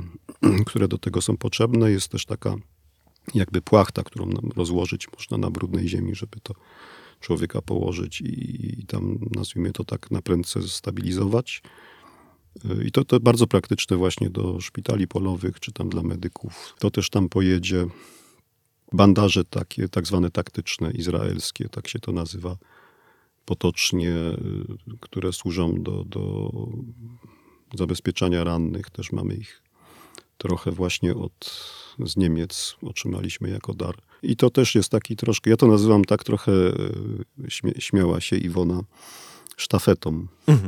które do tego są potrzebne. Jest też taka jakby płachta, którą nam rozłożyć można na brudnej ziemi, żeby to człowieka położyć i tam, nazwijmy to tak, na prędce stabilizować. I to bardzo praktyczne właśnie do szpitali polowych, czy tam dla medyków. To też tam pojedzie. Bandaże takie, tak zwane taktyczne, izraelskie, tak się to nazywa potocznie, które służą do zabezpieczania rannych. Też mamy ich trochę właśnie z Niemiec otrzymaliśmy jako dar. I to też jest taki troszkę, ja to nazywam tak trochę, śmiała się Iwona, sztafetą.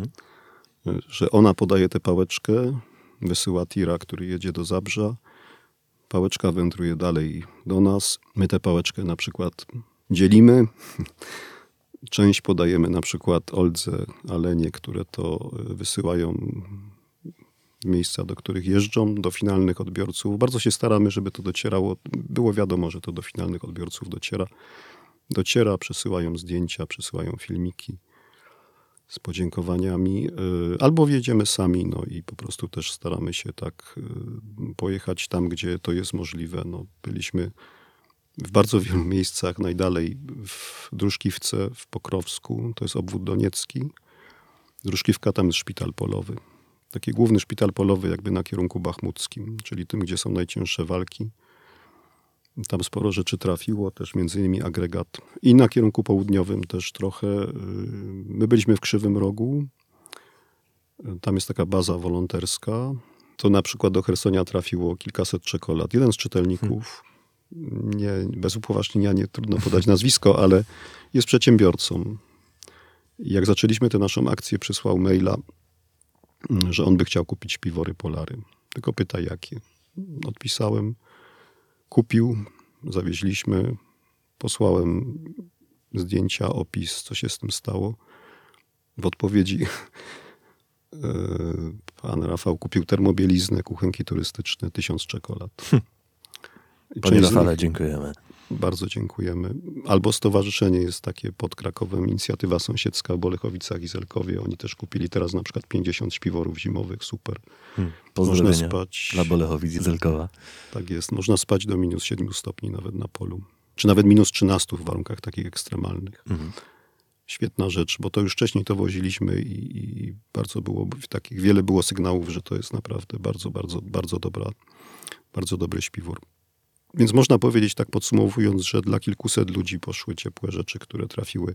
Że ona podaje tę pałeczkę, wysyła tira, który jedzie do Zabrza. Pałeczka wędruje dalej do nas. My tę pałeczkę na przykład dzielimy. Część podajemy na przykład Oldze, Alenie, które to wysyłają w miejsca, do których jeżdżą, do finalnych odbiorców. Bardzo się staramy, żeby to docierało. Było wiadomo, że to do finalnych odbiorców dociera, przesyłają zdjęcia, przesyłają filmiki z podziękowaniami. Albo wjedziemy sami, no i po prostu też staramy się tak pojechać tam, gdzie to jest możliwe. No, byliśmy w bardzo wielu miejscach, najdalej w Druszkiwce, w Pokrowsku, to jest obwód doniecki. Druszkiwka, tam jest szpital polowy. Taki główny szpital polowy jakby na kierunku bachmuckim, czyli tym, gdzie są najcięższe walki. Tam sporo rzeczy trafiło, też między innymi agregat. I na kierunku południowym też trochę. My byliśmy w Krzywym Rogu. Tam jest taka baza wolonterska. To na przykład do Chersonia trafiło kilkaset czekolad. Jeden z czytelników, nie, bez upoważnienia, nie trudno podać nazwisko, ale jest przedsiębiorcą. Jak zaczęliśmy tę naszą akcję, przysłał maila, że on by chciał kupić piwory Polary. Tylko pyta jakie. Odpisałem, kupił, zawieźliśmy, posłałem zdjęcia, opis, co się z tym stało. W odpowiedzi pan Rafał kupił termobieliznę, kuchenki turystyczne, 1000 czekolad. Panie Rafale, dziękujemy. Bardzo dziękujemy. Albo stowarzyszenie jest takie pod Krakowem, Inicjatywa Sąsiedzka w Bolechowicach i Zelkowie. Oni też kupili teraz na przykład 50 śpiworów zimowych. Super. Pozdrowienia można spać dla Bolechowic i Zelkowa. Tak jest. Można spać do minus 7 stopni nawet na polu. Czy nawet minus 13 w warunkach takich ekstremalnych. Świetna rzecz, bo to już wcześniej to woziliśmy i bardzo było takich, wiele było sygnałów, że to jest naprawdę bardzo, bardzo, bardzo dobry śpiwór. Więc można powiedzieć, tak podsumowując, że dla kilkuset ludzi poszły ciepłe rzeczy, które trafiły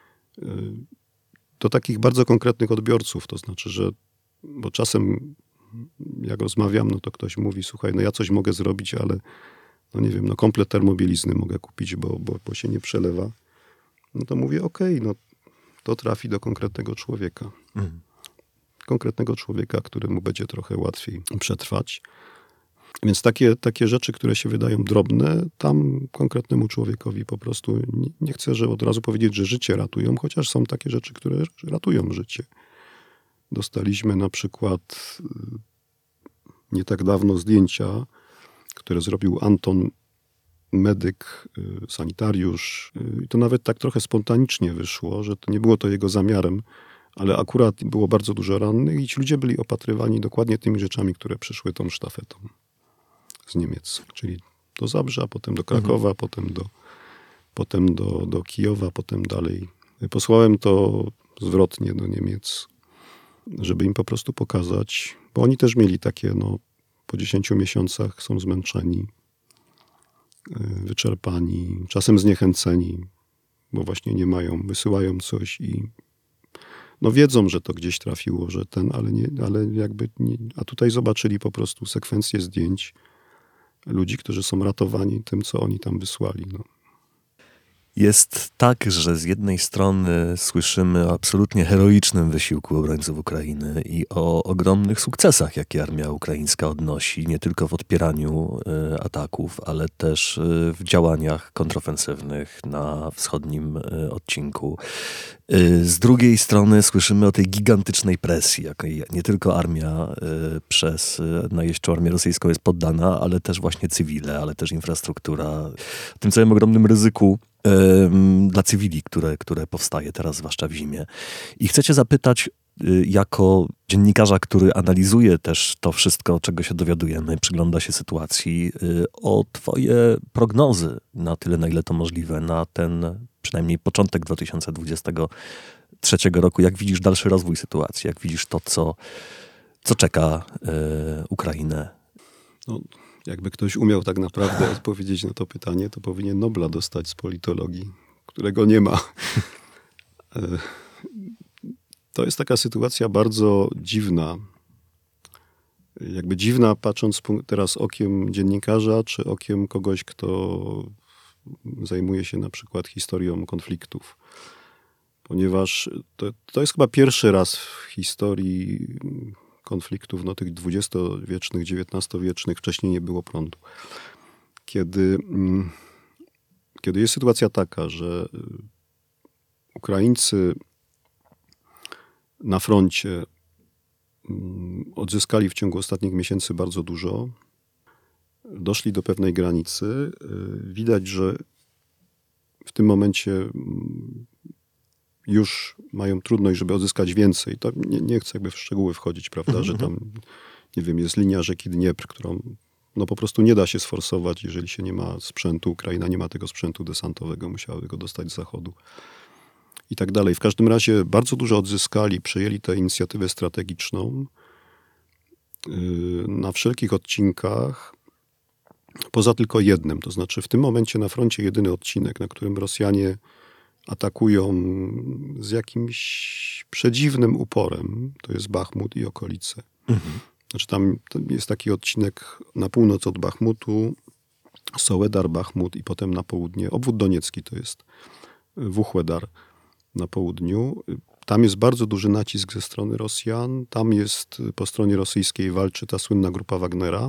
do takich bardzo konkretnych odbiorców. To znaczy, że bo czasem jak rozmawiam, no to ktoś mówi, słuchaj, no ja coś mogę zrobić, ale no nie wiem, no komplet termobielizny mogę kupić, bo się nie przelewa. No to mówię, okej, no to trafi do konkretnego człowieka. Konkretnego człowieka, któremu będzie trochę łatwiej przetrwać. Więc takie rzeczy, które się wydają drobne, tam konkretnemu człowiekowi po prostu nie chcę, że od razu powiedzieć, że życie ratują, chociaż są takie rzeczy, które ratują życie. Dostaliśmy na przykład nie tak dawno zdjęcia, które zrobił Anton, medyk, sanitariusz. I to nawet tak trochę spontanicznie wyszło, że to nie było to jego zamiarem, ale akurat było bardzo dużo rannych i ci ludzie byli opatrywani dokładnie tymi rzeczami, które przyszły tą sztafetą z Niemiec. Czyli do Zabrza, potem do Krakowa, potem do Kijowa, potem dalej. Posłałem to zwrotnie do Niemiec, żeby im po prostu pokazać, bo oni też mieli takie, no, po 10 miesiącach są zmęczeni, wyczerpani, czasem zniechęceni, bo właśnie nie mają, wysyłają coś i no wiedzą, że to gdzieś trafiło, że ale jakby nie, a tutaj zobaczyli po prostu sekwencję zdjęć ludzi, którzy są ratowani tym, co oni tam wysłali. No. Jest tak, że z jednej strony słyszymy o absolutnie heroicznym wysiłku obrońców Ukrainy i o ogromnych sukcesach, jakie armia ukraińska odnosi, nie tylko w odpieraniu ataków, ale też w działaniach kontrofensywnych na wschodnim odcinku. Z drugiej strony słyszymy o tej gigantycznej presji, jakiej nie tylko armia przez najeźdźczą armię rosyjską jest poddana, ale też właśnie cywile, ale też infrastruktura. O tym całym ogromnym ryzyku dla cywili, które powstaje teraz, zwłaszcza w zimie. I chcę cię zapytać, jako dziennikarza, który analizuje też to wszystko, czego się dowiadujemy, przygląda się sytuacji, o twoje prognozy na tyle, na ile to możliwe, na ten przynajmniej początek 2023 roku. Jak widzisz dalszy rozwój sytuacji? Jak widzisz to, co czeka Ukrainę? No, jakby ktoś umiał tak naprawdę odpowiedzieć na to pytanie, to powinien Nobla dostać z politologii, którego nie ma. To jest taka sytuacja bardzo dziwna. Jakby dziwna, patrząc teraz okiem dziennikarza, czy okiem kogoś, kto zajmuje się na przykład historią konfliktów. Ponieważ to jest chyba pierwszy raz w historii konfliktów, no tych XIX-wiecznych, XIX-wiecznych, wcześniej nie było prądu. Kiedy Kiedy jest sytuacja taka, że Ukraińcy na froncie odzyskali w ciągu ostatnich miesięcy bardzo dużo, doszli do pewnej granicy, widać, że w tym momencie już mają trudność, żeby odzyskać więcej. To nie chcę jakby w szczegóły wchodzić, prawda, że tam, nie wiem, jest linia rzeki Dniepr, którą no po prostu nie da się sforsować, jeżeli się nie ma sprzętu. Ukraina nie ma tego sprzętu desantowego, musiałaby go dostać z zachodu i tak dalej. W każdym razie bardzo dużo odzyskali, przejęli tę inicjatywę strategiczną na wszelkich odcinkach, poza tylko jednym. To znaczy w tym momencie na froncie jedyny odcinek, na którym Rosjanie atakują z jakimś przedziwnym uporem, to jest Bachmut i okolice. Znaczy tam jest taki odcinek na północ od Bachmutu, Soledar, Bachmut i potem na południe. Obwód Doniecki to jest Wuhłedar na południu. Tam jest bardzo duży nacisk ze strony Rosjan. Tam jest po stronie rosyjskiej walczy ta słynna grupa Wagnera.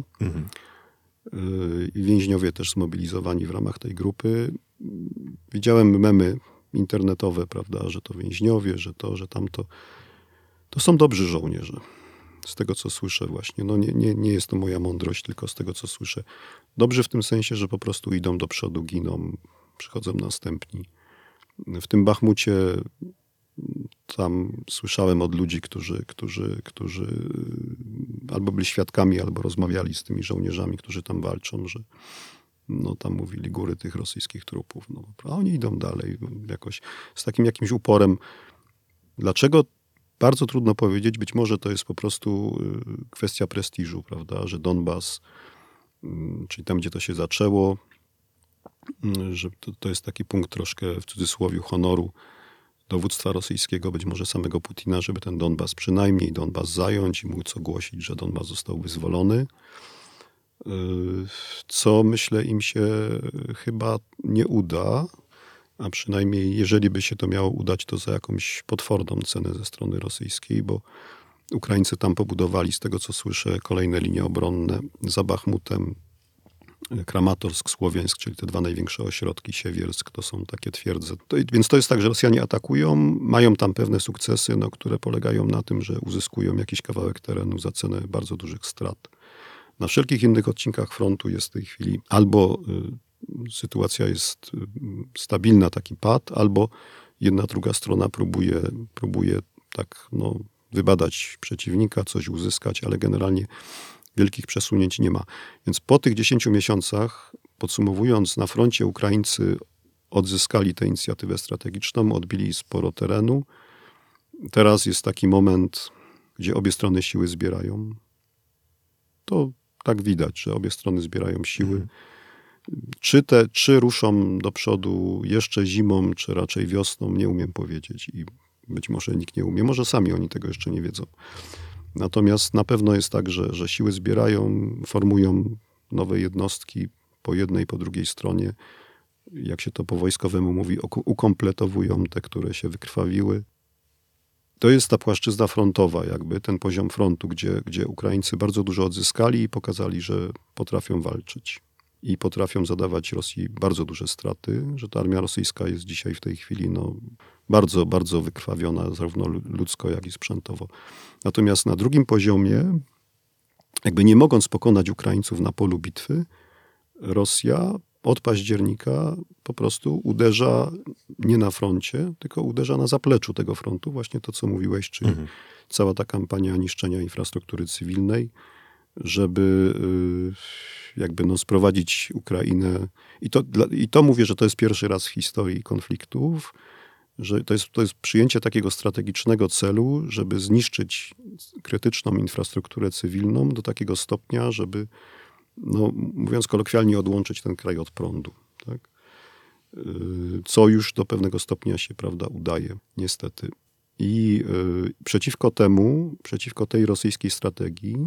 I więźniowie też zmobilizowani w ramach tej grupy. Widziałem memy internetowe, prawda, że to więźniowie, że to, że tamto. To są dobrzy żołnierze. Z tego, co słyszę właśnie. No nie jest to moja mądrość, tylko z tego, co słyszę. Dobrzy w tym sensie, że po prostu idą do przodu, giną, przychodzą następni. W tym Bachmucie tam słyszałem od ludzi, którzy albo byli świadkami, albo rozmawiali z tymi żołnierzami, którzy tam walczą, że no tam mówili góry tych rosyjskich trupów. No, a oni idą dalej jakoś z takim jakimś uporem. Dlaczego? Bardzo trudno powiedzieć. Być może to jest po prostu kwestia prestiżu, prawda, że Donbas, czyli tam, gdzie to się zaczęło, że to jest taki punkt troszkę w cudzysłowie honoru dowództwa rosyjskiego, być może samego Putina, żeby ten Donbas, przynajmniej Donbas zająć i móc ogłosić, że Donbas został wyzwolony. Co myślę im się chyba nie uda, a przynajmniej jeżeli by się to miało udać, to za jakąś potworną cenę ze strony rosyjskiej, bo Ukraińcy tam pobudowali, z tego co słyszę, kolejne linie obronne za Bachmutem, Kramatorsk, Słowiańsk, czyli te dwa największe ośrodki, Siewiersk, to są takie twierdze. Więc to jest tak, że Rosjanie atakują, mają tam pewne sukcesy, które polegają na tym, że uzyskują jakiś kawałek terenu za cenę bardzo dużych strat. Na wszelkich innych odcinkach frontu jest w tej chwili albo sytuacja jest stabilna, taki pad, albo jedna, druga strona próbuje tak wybadać przeciwnika, coś uzyskać, ale generalnie wielkich przesunięć nie ma. Więc po tych 10 miesiącach, podsumowując, na froncie Ukraińcy odzyskali tę inicjatywę strategiczną, odbili sporo terenu. Teraz jest taki moment, gdzie obie strony siły zbierają. To tak widać, że obie strony zbierają siły. Czy ruszą do przodu jeszcze zimą, czy raczej wiosną, nie umiem powiedzieć i być może nikt nie umie. Może sami oni tego jeszcze nie wiedzą. Natomiast na pewno jest tak, że siły zbierają, formują nowe jednostki po jednej, po drugiej stronie. Jak się to po wojskowemu mówi, ukompletowują te, które się wykrwawiły. To jest ta płaszczyzna frontowa, jakby ten poziom frontu, gdzie Ukraińcy bardzo dużo odzyskali i pokazali, że potrafią walczyć. I potrafią zadawać Rosji bardzo duże straty, że ta armia rosyjska jest dzisiaj w tej chwili bardzo, bardzo wykrwawiona, zarówno ludzko, jak i sprzętowo. Natomiast na drugim poziomie, jakby nie mogąc pokonać Ukraińców na polu bitwy, Rosja od października po prostu uderza nie na froncie, tylko uderza na zapleczu tego frontu. Właśnie to, co mówiłeś, czyli cała ta kampania niszczenia infrastruktury cywilnej, żeby jakby sprowadzić Ukrainę. I to mówię, że to jest pierwszy raz w historii konfliktów, że to jest przyjęcie takiego strategicznego celu, żeby zniszczyć krytyczną infrastrukturę cywilną do takiego stopnia, żeby, mówiąc kolokwialnie, odłączyć ten kraj od prądu. Tak? Co już do pewnego stopnia się, prawda, udaje, niestety. I przeciwko tej rosyjskiej strategii,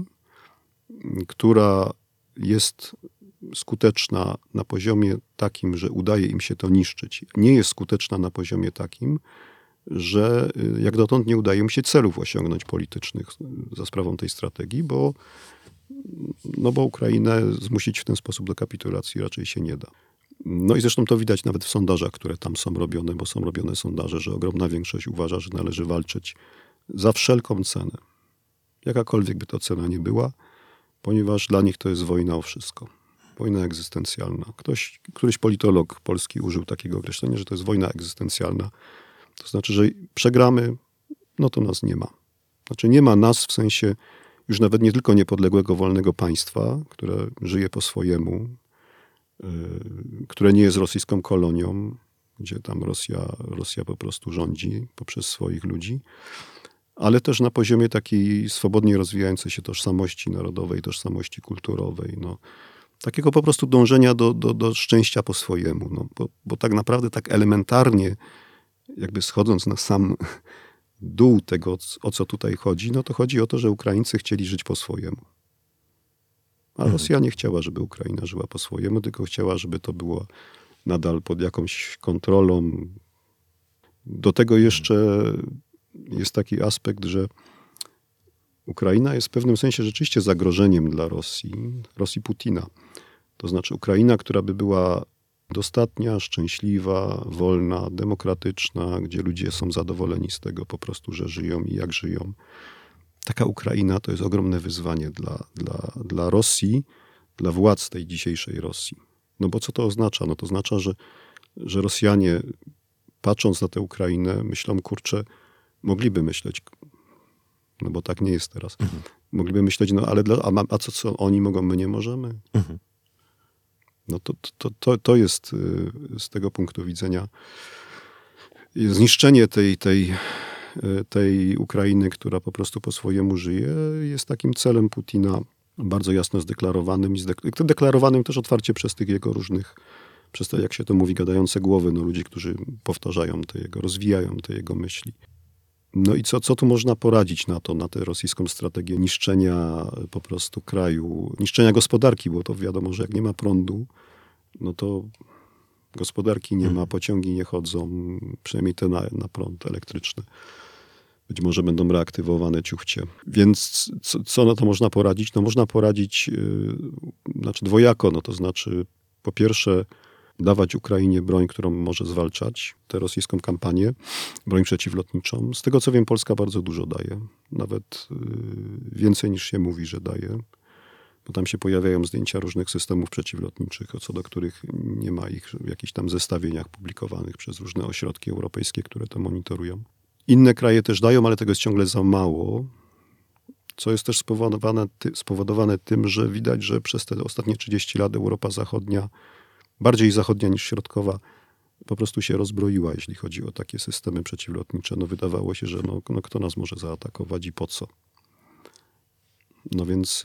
która jest skuteczna na poziomie takim, że udaje im się to niszczyć. Nie jest skuteczna na poziomie takim, że jak dotąd nie udaje im się celów osiągnąć politycznych za sprawą tej strategii, bo Ukrainę zmusić w ten sposób do kapitulacji raczej się nie da. No i zresztą to widać nawet w sondażach, które tam są robione, bo są robione sondaże, że ogromna większość uważa, że należy walczyć za wszelką cenę. Jakakolwiek by to cena nie była, ponieważ dla nich to jest wojna o wszystko. Wojna egzystencjalna. Któryś politolog polski użył takiego określenia, że to jest wojna egzystencjalna. To znaczy, że przegramy, no to nas nie ma. Znaczy nie ma nas w sensie już nawet nie tylko niepodległego, wolnego państwa, które żyje po swojemu, które nie jest rosyjską kolonią, gdzie tam Rosja po prostu rządzi poprzez swoich ludzi, ale też na poziomie takiej swobodnie rozwijającej się tożsamości narodowej, tożsamości kulturowej. No, takiego po prostu dążenia do szczęścia po swojemu. No, bo tak naprawdę tak elementarnie, jakby schodząc na sam dół tego, o co tutaj chodzi, no to chodzi o to, że Ukraińcy chcieli żyć po swojemu. A Rosja nie chciała, żeby Ukraina żyła po swojemu, tylko chciała, żeby to było nadal pod jakąś kontrolą. Do tego jeszcze jest taki aspekt, że Ukraina jest w pewnym sensie rzeczywiście zagrożeniem dla Rosji Putina. To znaczy Ukraina, która by była dostatnia, szczęśliwa, wolna, demokratyczna, gdzie ludzie są zadowoleni z tego po prostu, że żyją i jak żyją. Taka Ukraina to jest ogromne wyzwanie dla Rosji, dla władz tej dzisiejszej Rosji. No bo co to oznacza? No to oznacza, że Rosjanie, patrząc na tę Ukrainę, myślą, kurczę, mogliby myśleć, no bo tak nie jest teraz. Mogliby myśleć, no ale co oni mogą, my nie możemy? No to jest z tego punktu widzenia zniszczenie tej Ukrainy, która po prostu po swojemu żyje, jest takim celem Putina bardzo jasno zdeklarowanym i deklarowanym też otwarcie przez tych jego różnych, przez te, jak się to mówi, gadające głowy, no ludzi, którzy powtarzają rozwijają te jego myśli. No i co tu można poradzić na tę rosyjską strategię niszczenia po prostu kraju, niszczenia gospodarki, bo to wiadomo, że jak nie ma prądu, no to gospodarki nie ma, pociągi nie chodzą, przynajmniej te na prąd elektryczny. Być może będą reaktywowane ciuchcie. Więc co na to można poradzić? No można poradzić dwojako. No to znaczy po pierwsze dawać Ukrainie broń, którą może zwalczać tę rosyjską kampanię, broń przeciwlotniczą. Z tego co wiem, Polska bardzo dużo daje. Nawet więcej niż się mówi, że daje. Bo tam się pojawiają zdjęcia różnych systemów przeciwlotniczych, co do których nie ma ich w jakichś tam zestawieniach publikowanych przez różne ośrodki europejskie, które to monitorują. Inne kraje też dają, ale tego jest ciągle za mało, co jest też spowodowane tym, że widać, że przez te ostatnie 30 lat Europa Zachodnia, bardziej zachodnia niż środkowa, po prostu się rozbroiła, jeśli chodzi o takie systemy przeciwlotnicze. No wydawało się, że kto nas może zaatakować i po co. No więc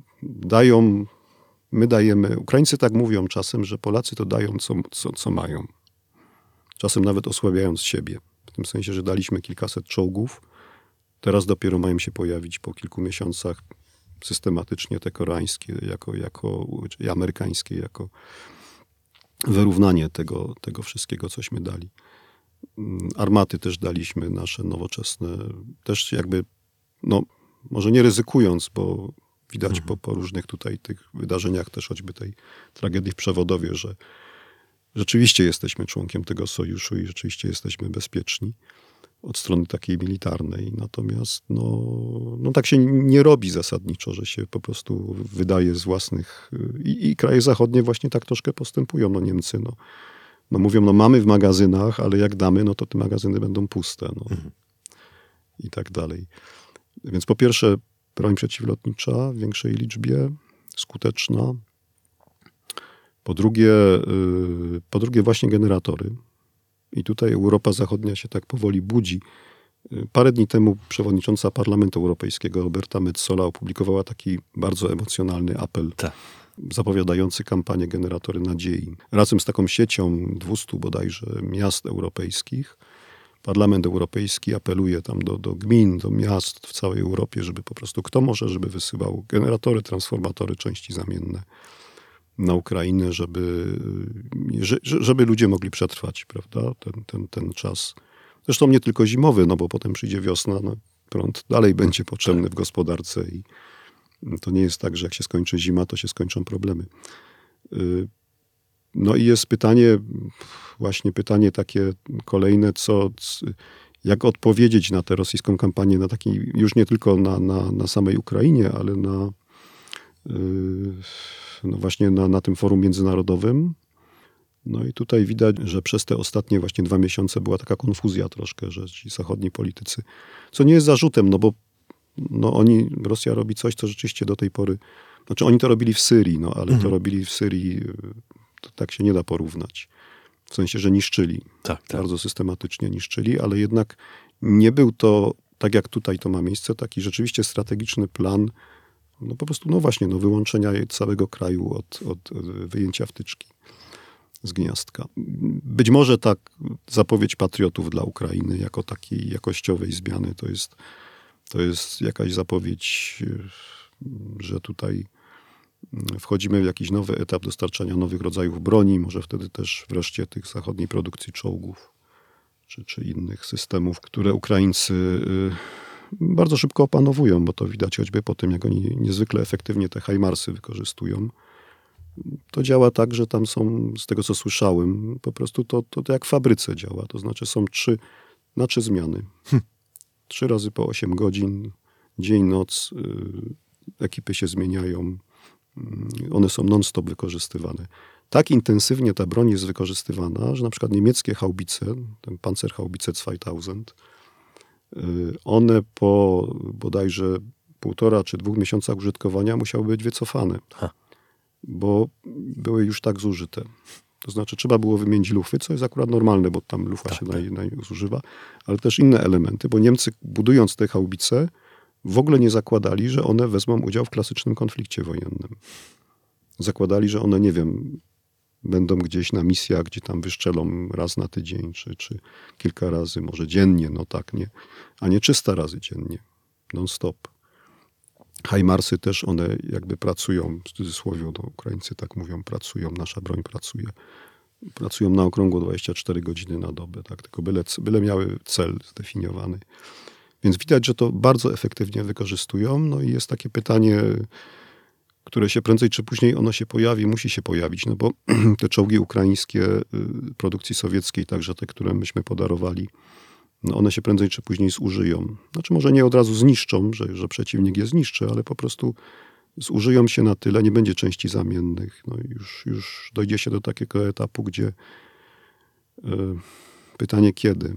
my dajemy, Ukraińcy tak mówią czasem, że Polacy to dają, co mają. Czasem nawet osłabiając siebie. W tym sensie, że daliśmy kilkaset czołgów. Teraz dopiero mają się pojawić po kilku miesiącach systematycznie te koreańskie, i amerykańskie, jako wyrównanie tego wszystkiego, cośmy dali. Armaty też daliśmy, nasze nowoczesne. Też jakby, może nie ryzykując, bo widać po różnych tutaj tych wydarzeniach, też choćby tej tragedii w Przewodowie, że rzeczywiście jesteśmy członkiem tego sojuszu i rzeczywiście jesteśmy bezpieczni od strony takiej militarnej. Natomiast tak się nie robi zasadniczo, że się po prostu wydaje z własnych... I kraje zachodnie właśnie tak troszkę postępują. Niemcy mówią, mamy w magazynach, ale jak damy, to te magazyny będą puste. I tak dalej. Więc po pierwsze broń przeciwlotnicza w większej liczbie, skuteczna. Po drugie właśnie generatory. I tutaj Europa Zachodnia się tak powoli budzi. Parę dni temu przewodnicząca Parlamentu Europejskiego Roberta Metsola opublikowała taki bardzo emocjonalny apel zapowiadający kampanię Generatory Nadziei. Razem z taką siecią 200 bodajże miast europejskich Parlament Europejski apeluje tam do gmin, do miast w całej Europie, żeby po prostu kto może, żeby wysyłał generatory, transformatory, części zamienne na Ukrainę, żeby ludzie mogli przetrwać, prawda, ten czas. Zresztą nie tylko zimowy, bo potem przyjdzie wiosna, prąd dalej będzie potrzebny w gospodarce i to nie jest tak, że jak się skończy zima, to się skończą problemy. No i jest pytanie, właśnie pytanie takie kolejne, jak odpowiedzieć na tę rosyjską kampanię, na taki, już nie tylko na samej Ukrainie, ale no właśnie na tym forum międzynarodowym. No i tutaj widać, że przez te ostatnie właśnie 2 miesiące była taka konfuzja troszkę, że ci zachodni politycy, co nie jest zarzutem, no bo Rosja robi coś, co rzeczywiście do tej pory, znaczy oni to robili w Syrii, no ale to robili w Syrii, to tak się nie da porównać. W sensie, że niszczyli. Tak. Bardzo systematycznie niszczyli, ale jednak nie był to, tak jak tutaj to ma miejsce, taki rzeczywiście strategiczny plan, no po prostu, no właśnie, no wyłączenia całego kraju od wyjęcia wtyczki z gniazdka. Być może tak zapowiedź patriotów dla Ukrainy jako takiej jakościowej zmiany to jest jakaś zapowiedź, że tutaj wchodzimy w jakiś nowy etap dostarczania nowych rodzajów broni, może wtedy też wreszcie tych zachodniej produkcji czołgów czy innych systemów, które Ukraińcy bardzo szybko opanowują, bo to widać choćby po tym, jak oni niezwykle efektywnie te HIMARSy wykorzystują. To działa tak, że tam są, z tego co słyszałem, po prostu to jak w fabryce działa. To znaczy są 3 zmiany. 3 razy po 8 godzin, dzień, noc, ekipy się zmieniają. One są non-stop wykorzystywane. Tak intensywnie ta broń jest wykorzystywana, że na przykład niemieckie haubice, ten Panzerhaubitze 2000, one po bodajże 1,5 czy 2 miesiącach użytkowania musiały być wycofane, bo były już tak zużyte. To znaczy trzeba było wymienić lufy, co jest akurat normalne, bo tam lufa się zużywa, ale też inne elementy, bo Niemcy budując te haubice w ogóle nie zakładali, że one wezmą udział w klasycznym konflikcie wojennym. Zakładali, że one, nie wiem, będą gdzieś na misjach, gdzie tam wyszczelą raz na tydzień, czy kilka razy, może dziennie, no tak, nie, a nie 300 razy dziennie, non-stop. HIMARSy też one jakby pracują, w cudzysłowie, no, Ukraińcy tak mówią, pracują, nasza broń pracuje. Pracują na okrągło 24 godziny na dobę, tak, tylko byle miały cel zdefiniowany. Więc widać, że to bardzo efektywnie wykorzystują. No i jest takie pytanie, które się prędzej czy później ono się pojawi, musi się pojawić, no bo te czołgi ukraińskie produkcji sowieckiej, także te, które myśmy podarowali, no one się prędzej czy później zużyją. Znaczy może nie od razu zniszczą, że przeciwnik je zniszczy, ale po prostu zużyją się na tyle, nie będzie części zamiennych. No już dojdzie się do takiego etapu, gdzie pytanie kiedy,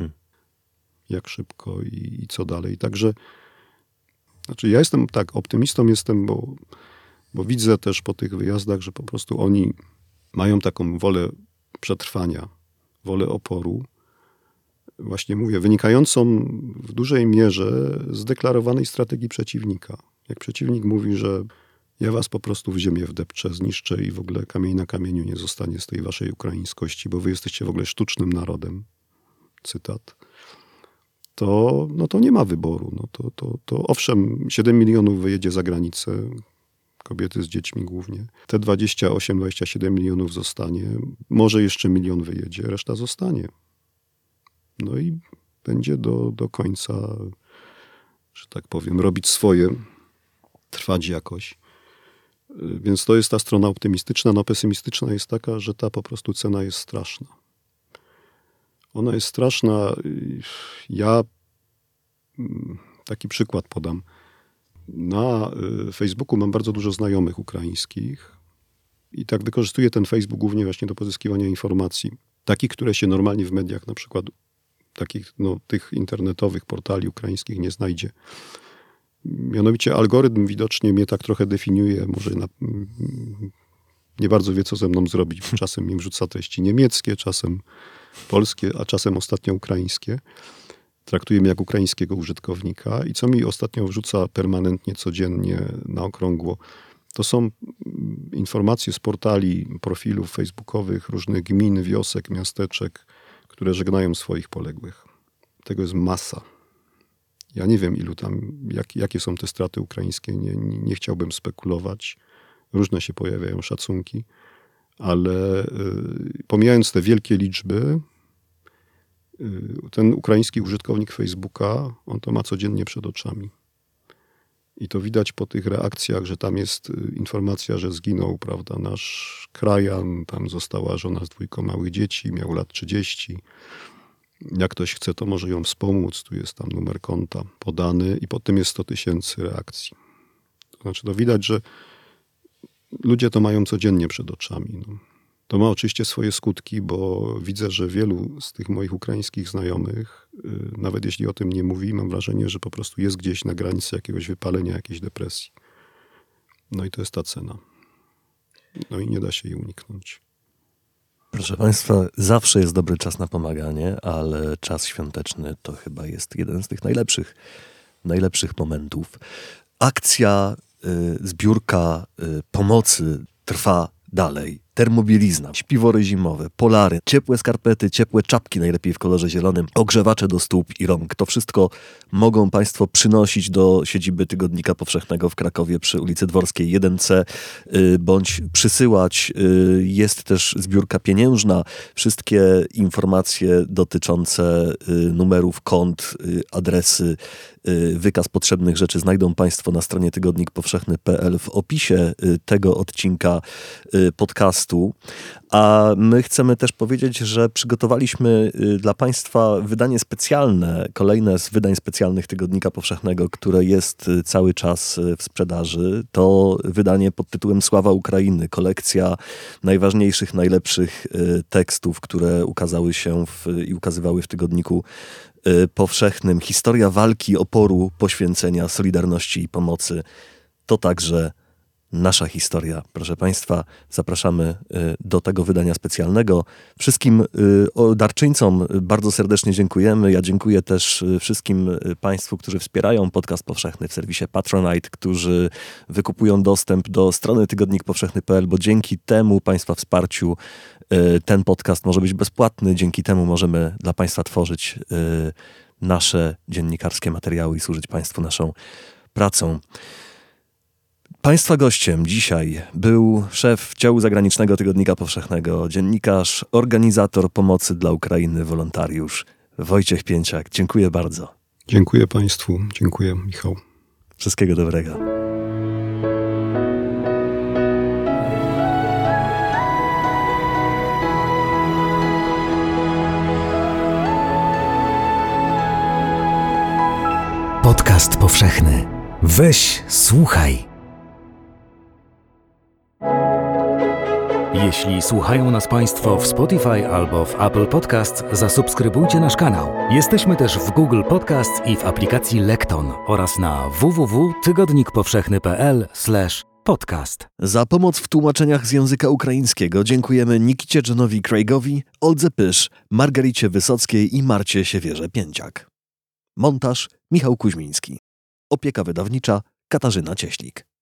jak szybko i co dalej. Także znaczy ja jestem tak, optymistą jestem, bo widzę też po tych wyjazdach, że po prostu oni mają taką wolę przetrwania, wolę oporu, właśnie mówię, wynikającą w dużej mierze z deklarowanej strategii przeciwnika. Jak przeciwnik mówi, że ja was po prostu w ziemię wdepczę, zniszczę i w ogóle kamień na kamieniu nie zostanie z tej waszej ukraińskości, bo wy jesteście w ogóle sztucznym narodem, cytat, to nie ma wyboru. No to owszem, 7 milionów wyjedzie za granicę, kobiety z dziećmi głównie. Te 28-27 milionów zostanie. Może jeszcze 1 milion wyjedzie, reszta zostanie. No i będzie do końca, że tak powiem, robić swoje, trwać jakoś. Więc to jest ta strona optymistyczna. No pesymistyczna jest taka, że ta po prostu cena jest straszna. Ona jest straszna. Ja taki przykład podam. Na Facebooku mam bardzo dużo znajomych ukraińskich i tak wykorzystuję ten Facebook głównie właśnie do pozyskiwania informacji. Takich, które się normalnie w mediach, na przykład takich, tych internetowych portali ukraińskich nie znajdzie. Mianowicie algorytm widocznie mnie tak trochę definiuje, może nie bardzo wie, co ze mną zrobić. Czasem mi wrzuca treści niemieckie, czasem polskie, a czasem ostatnio ukraińskie. Traktuje mnie jak ukraińskiego użytkownika i co mi ostatnio wrzuca permanentnie, codziennie, na okrągło, to są informacje z portali, profilów facebookowych różnych gmin, wiosek, miasteczek, które żegnają swoich poległych. Tego jest masa. Ja nie wiem, ilu tam, jakie są te straty ukraińskie, nie chciałbym spekulować. Różne się pojawiają szacunki, ale pomijając te wielkie liczby, ten ukraiński użytkownik Facebooka, on to ma codziennie przed oczami. I to widać po tych reakcjach, że tam jest informacja, że zginął, prawda, nasz krajan, tam została żona z 2 małych dzieci, miał lat 30. Jak ktoś chce, to może ją wspomóc. Tu jest tam numer konta podany i pod tym jest 100 000 reakcji. To znaczy, to widać, że ludzie to mają codziennie przed oczami. No. To ma oczywiście swoje skutki, bo widzę, że wielu z tych moich ukraińskich znajomych, nawet jeśli o tym nie mówi, mam wrażenie, że po prostu jest gdzieś na granicy jakiegoś wypalenia, jakiejś depresji. No i to jest ta cena. No i nie da się jej uniknąć. Proszę Państwa, zawsze jest dobry czas na pomaganie, ale czas świąteczny to chyba jest jeden z tych najlepszych momentów. Akcja, zbiórka pomocy trwa dalej. Termobielizna, śpiwory zimowe, polary, ciepłe skarpety, ciepłe czapki, najlepiej w kolorze zielonym, ogrzewacze do stóp i rąk. To wszystko mogą Państwo przynosić do siedziby Tygodnika Powszechnego w Krakowie przy ulicy Dworskiej 1C, bądź przysyłać. Jest też zbiórka pieniężna. Wszystkie informacje dotyczące numerów kont, adresy, wykaz potrzebnych rzeczy znajdą Państwo na stronie tygodnikpowszechny.pl w opisie tego odcinka podcastu. A my chcemy też powiedzieć, że przygotowaliśmy dla Państwa wydanie specjalne, kolejne z wydań specjalnych Tygodnika Powszechnego, które jest cały czas w sprzedaży. To wydanie pod tytułem Sława Ukrainy, kolekcja najważniejszych, najlepszych tekstów, które ukazały się i ukazywały w Tygodniku Powszechnym. Historia walki, oporu, poświęcenia, solidarności i pomocy. To także nasza historia. Proszę Państwa, zapraszamy do tego wydania specjalnego. Wszystkim darczyńcom bardzo serdecznie dziękujemy. Ja dziękuję też wszystkim Państwu, którzy wspierają Podcast Powszechny w serwisie Patronite, którzy wykupują dostęp do strony tygodnikpowszechny.pl, bo dzięki temu Państwa wsparciu ten podcast może być bezpłatny. Dzięki temu możemy dla Państwa tworzyć nasze dziennikarskie materiały i służyć Państwu naszą pracą. Państwa gościem dzisiaj był szef działu zagranicznego Tygodnika Powszechnego, dziennikarz, organizator pomocy dla Ukrainy, wolontariusz Wojciech Pięciak. Dziękuję bardzo. Dziękuję Państwu. Dziękuję, Michał. Wszystkiego dobrego. Podcast powszechny. Weź, słuchaj. Jeśli słuchają nas Państwo w Spotify albo w Apple Podcast, zasubskrybujcie nasz kanał. Jesteśmy też w Google Podcast i w aplikacji Lekton oraz na www.tygodnikpowszechny.pl/podcast. Za pomoc w tłumaczeniach z języka ukraińskiego dziękujemy Nikicie Johnowi Craigowi, Oldze Pysz, Margaricie Wysockiej i Marcie Siewierze-Pięciak. Montaż Michał Kuźmiński. Opieka wydawnicza Katarzyna Cieślik.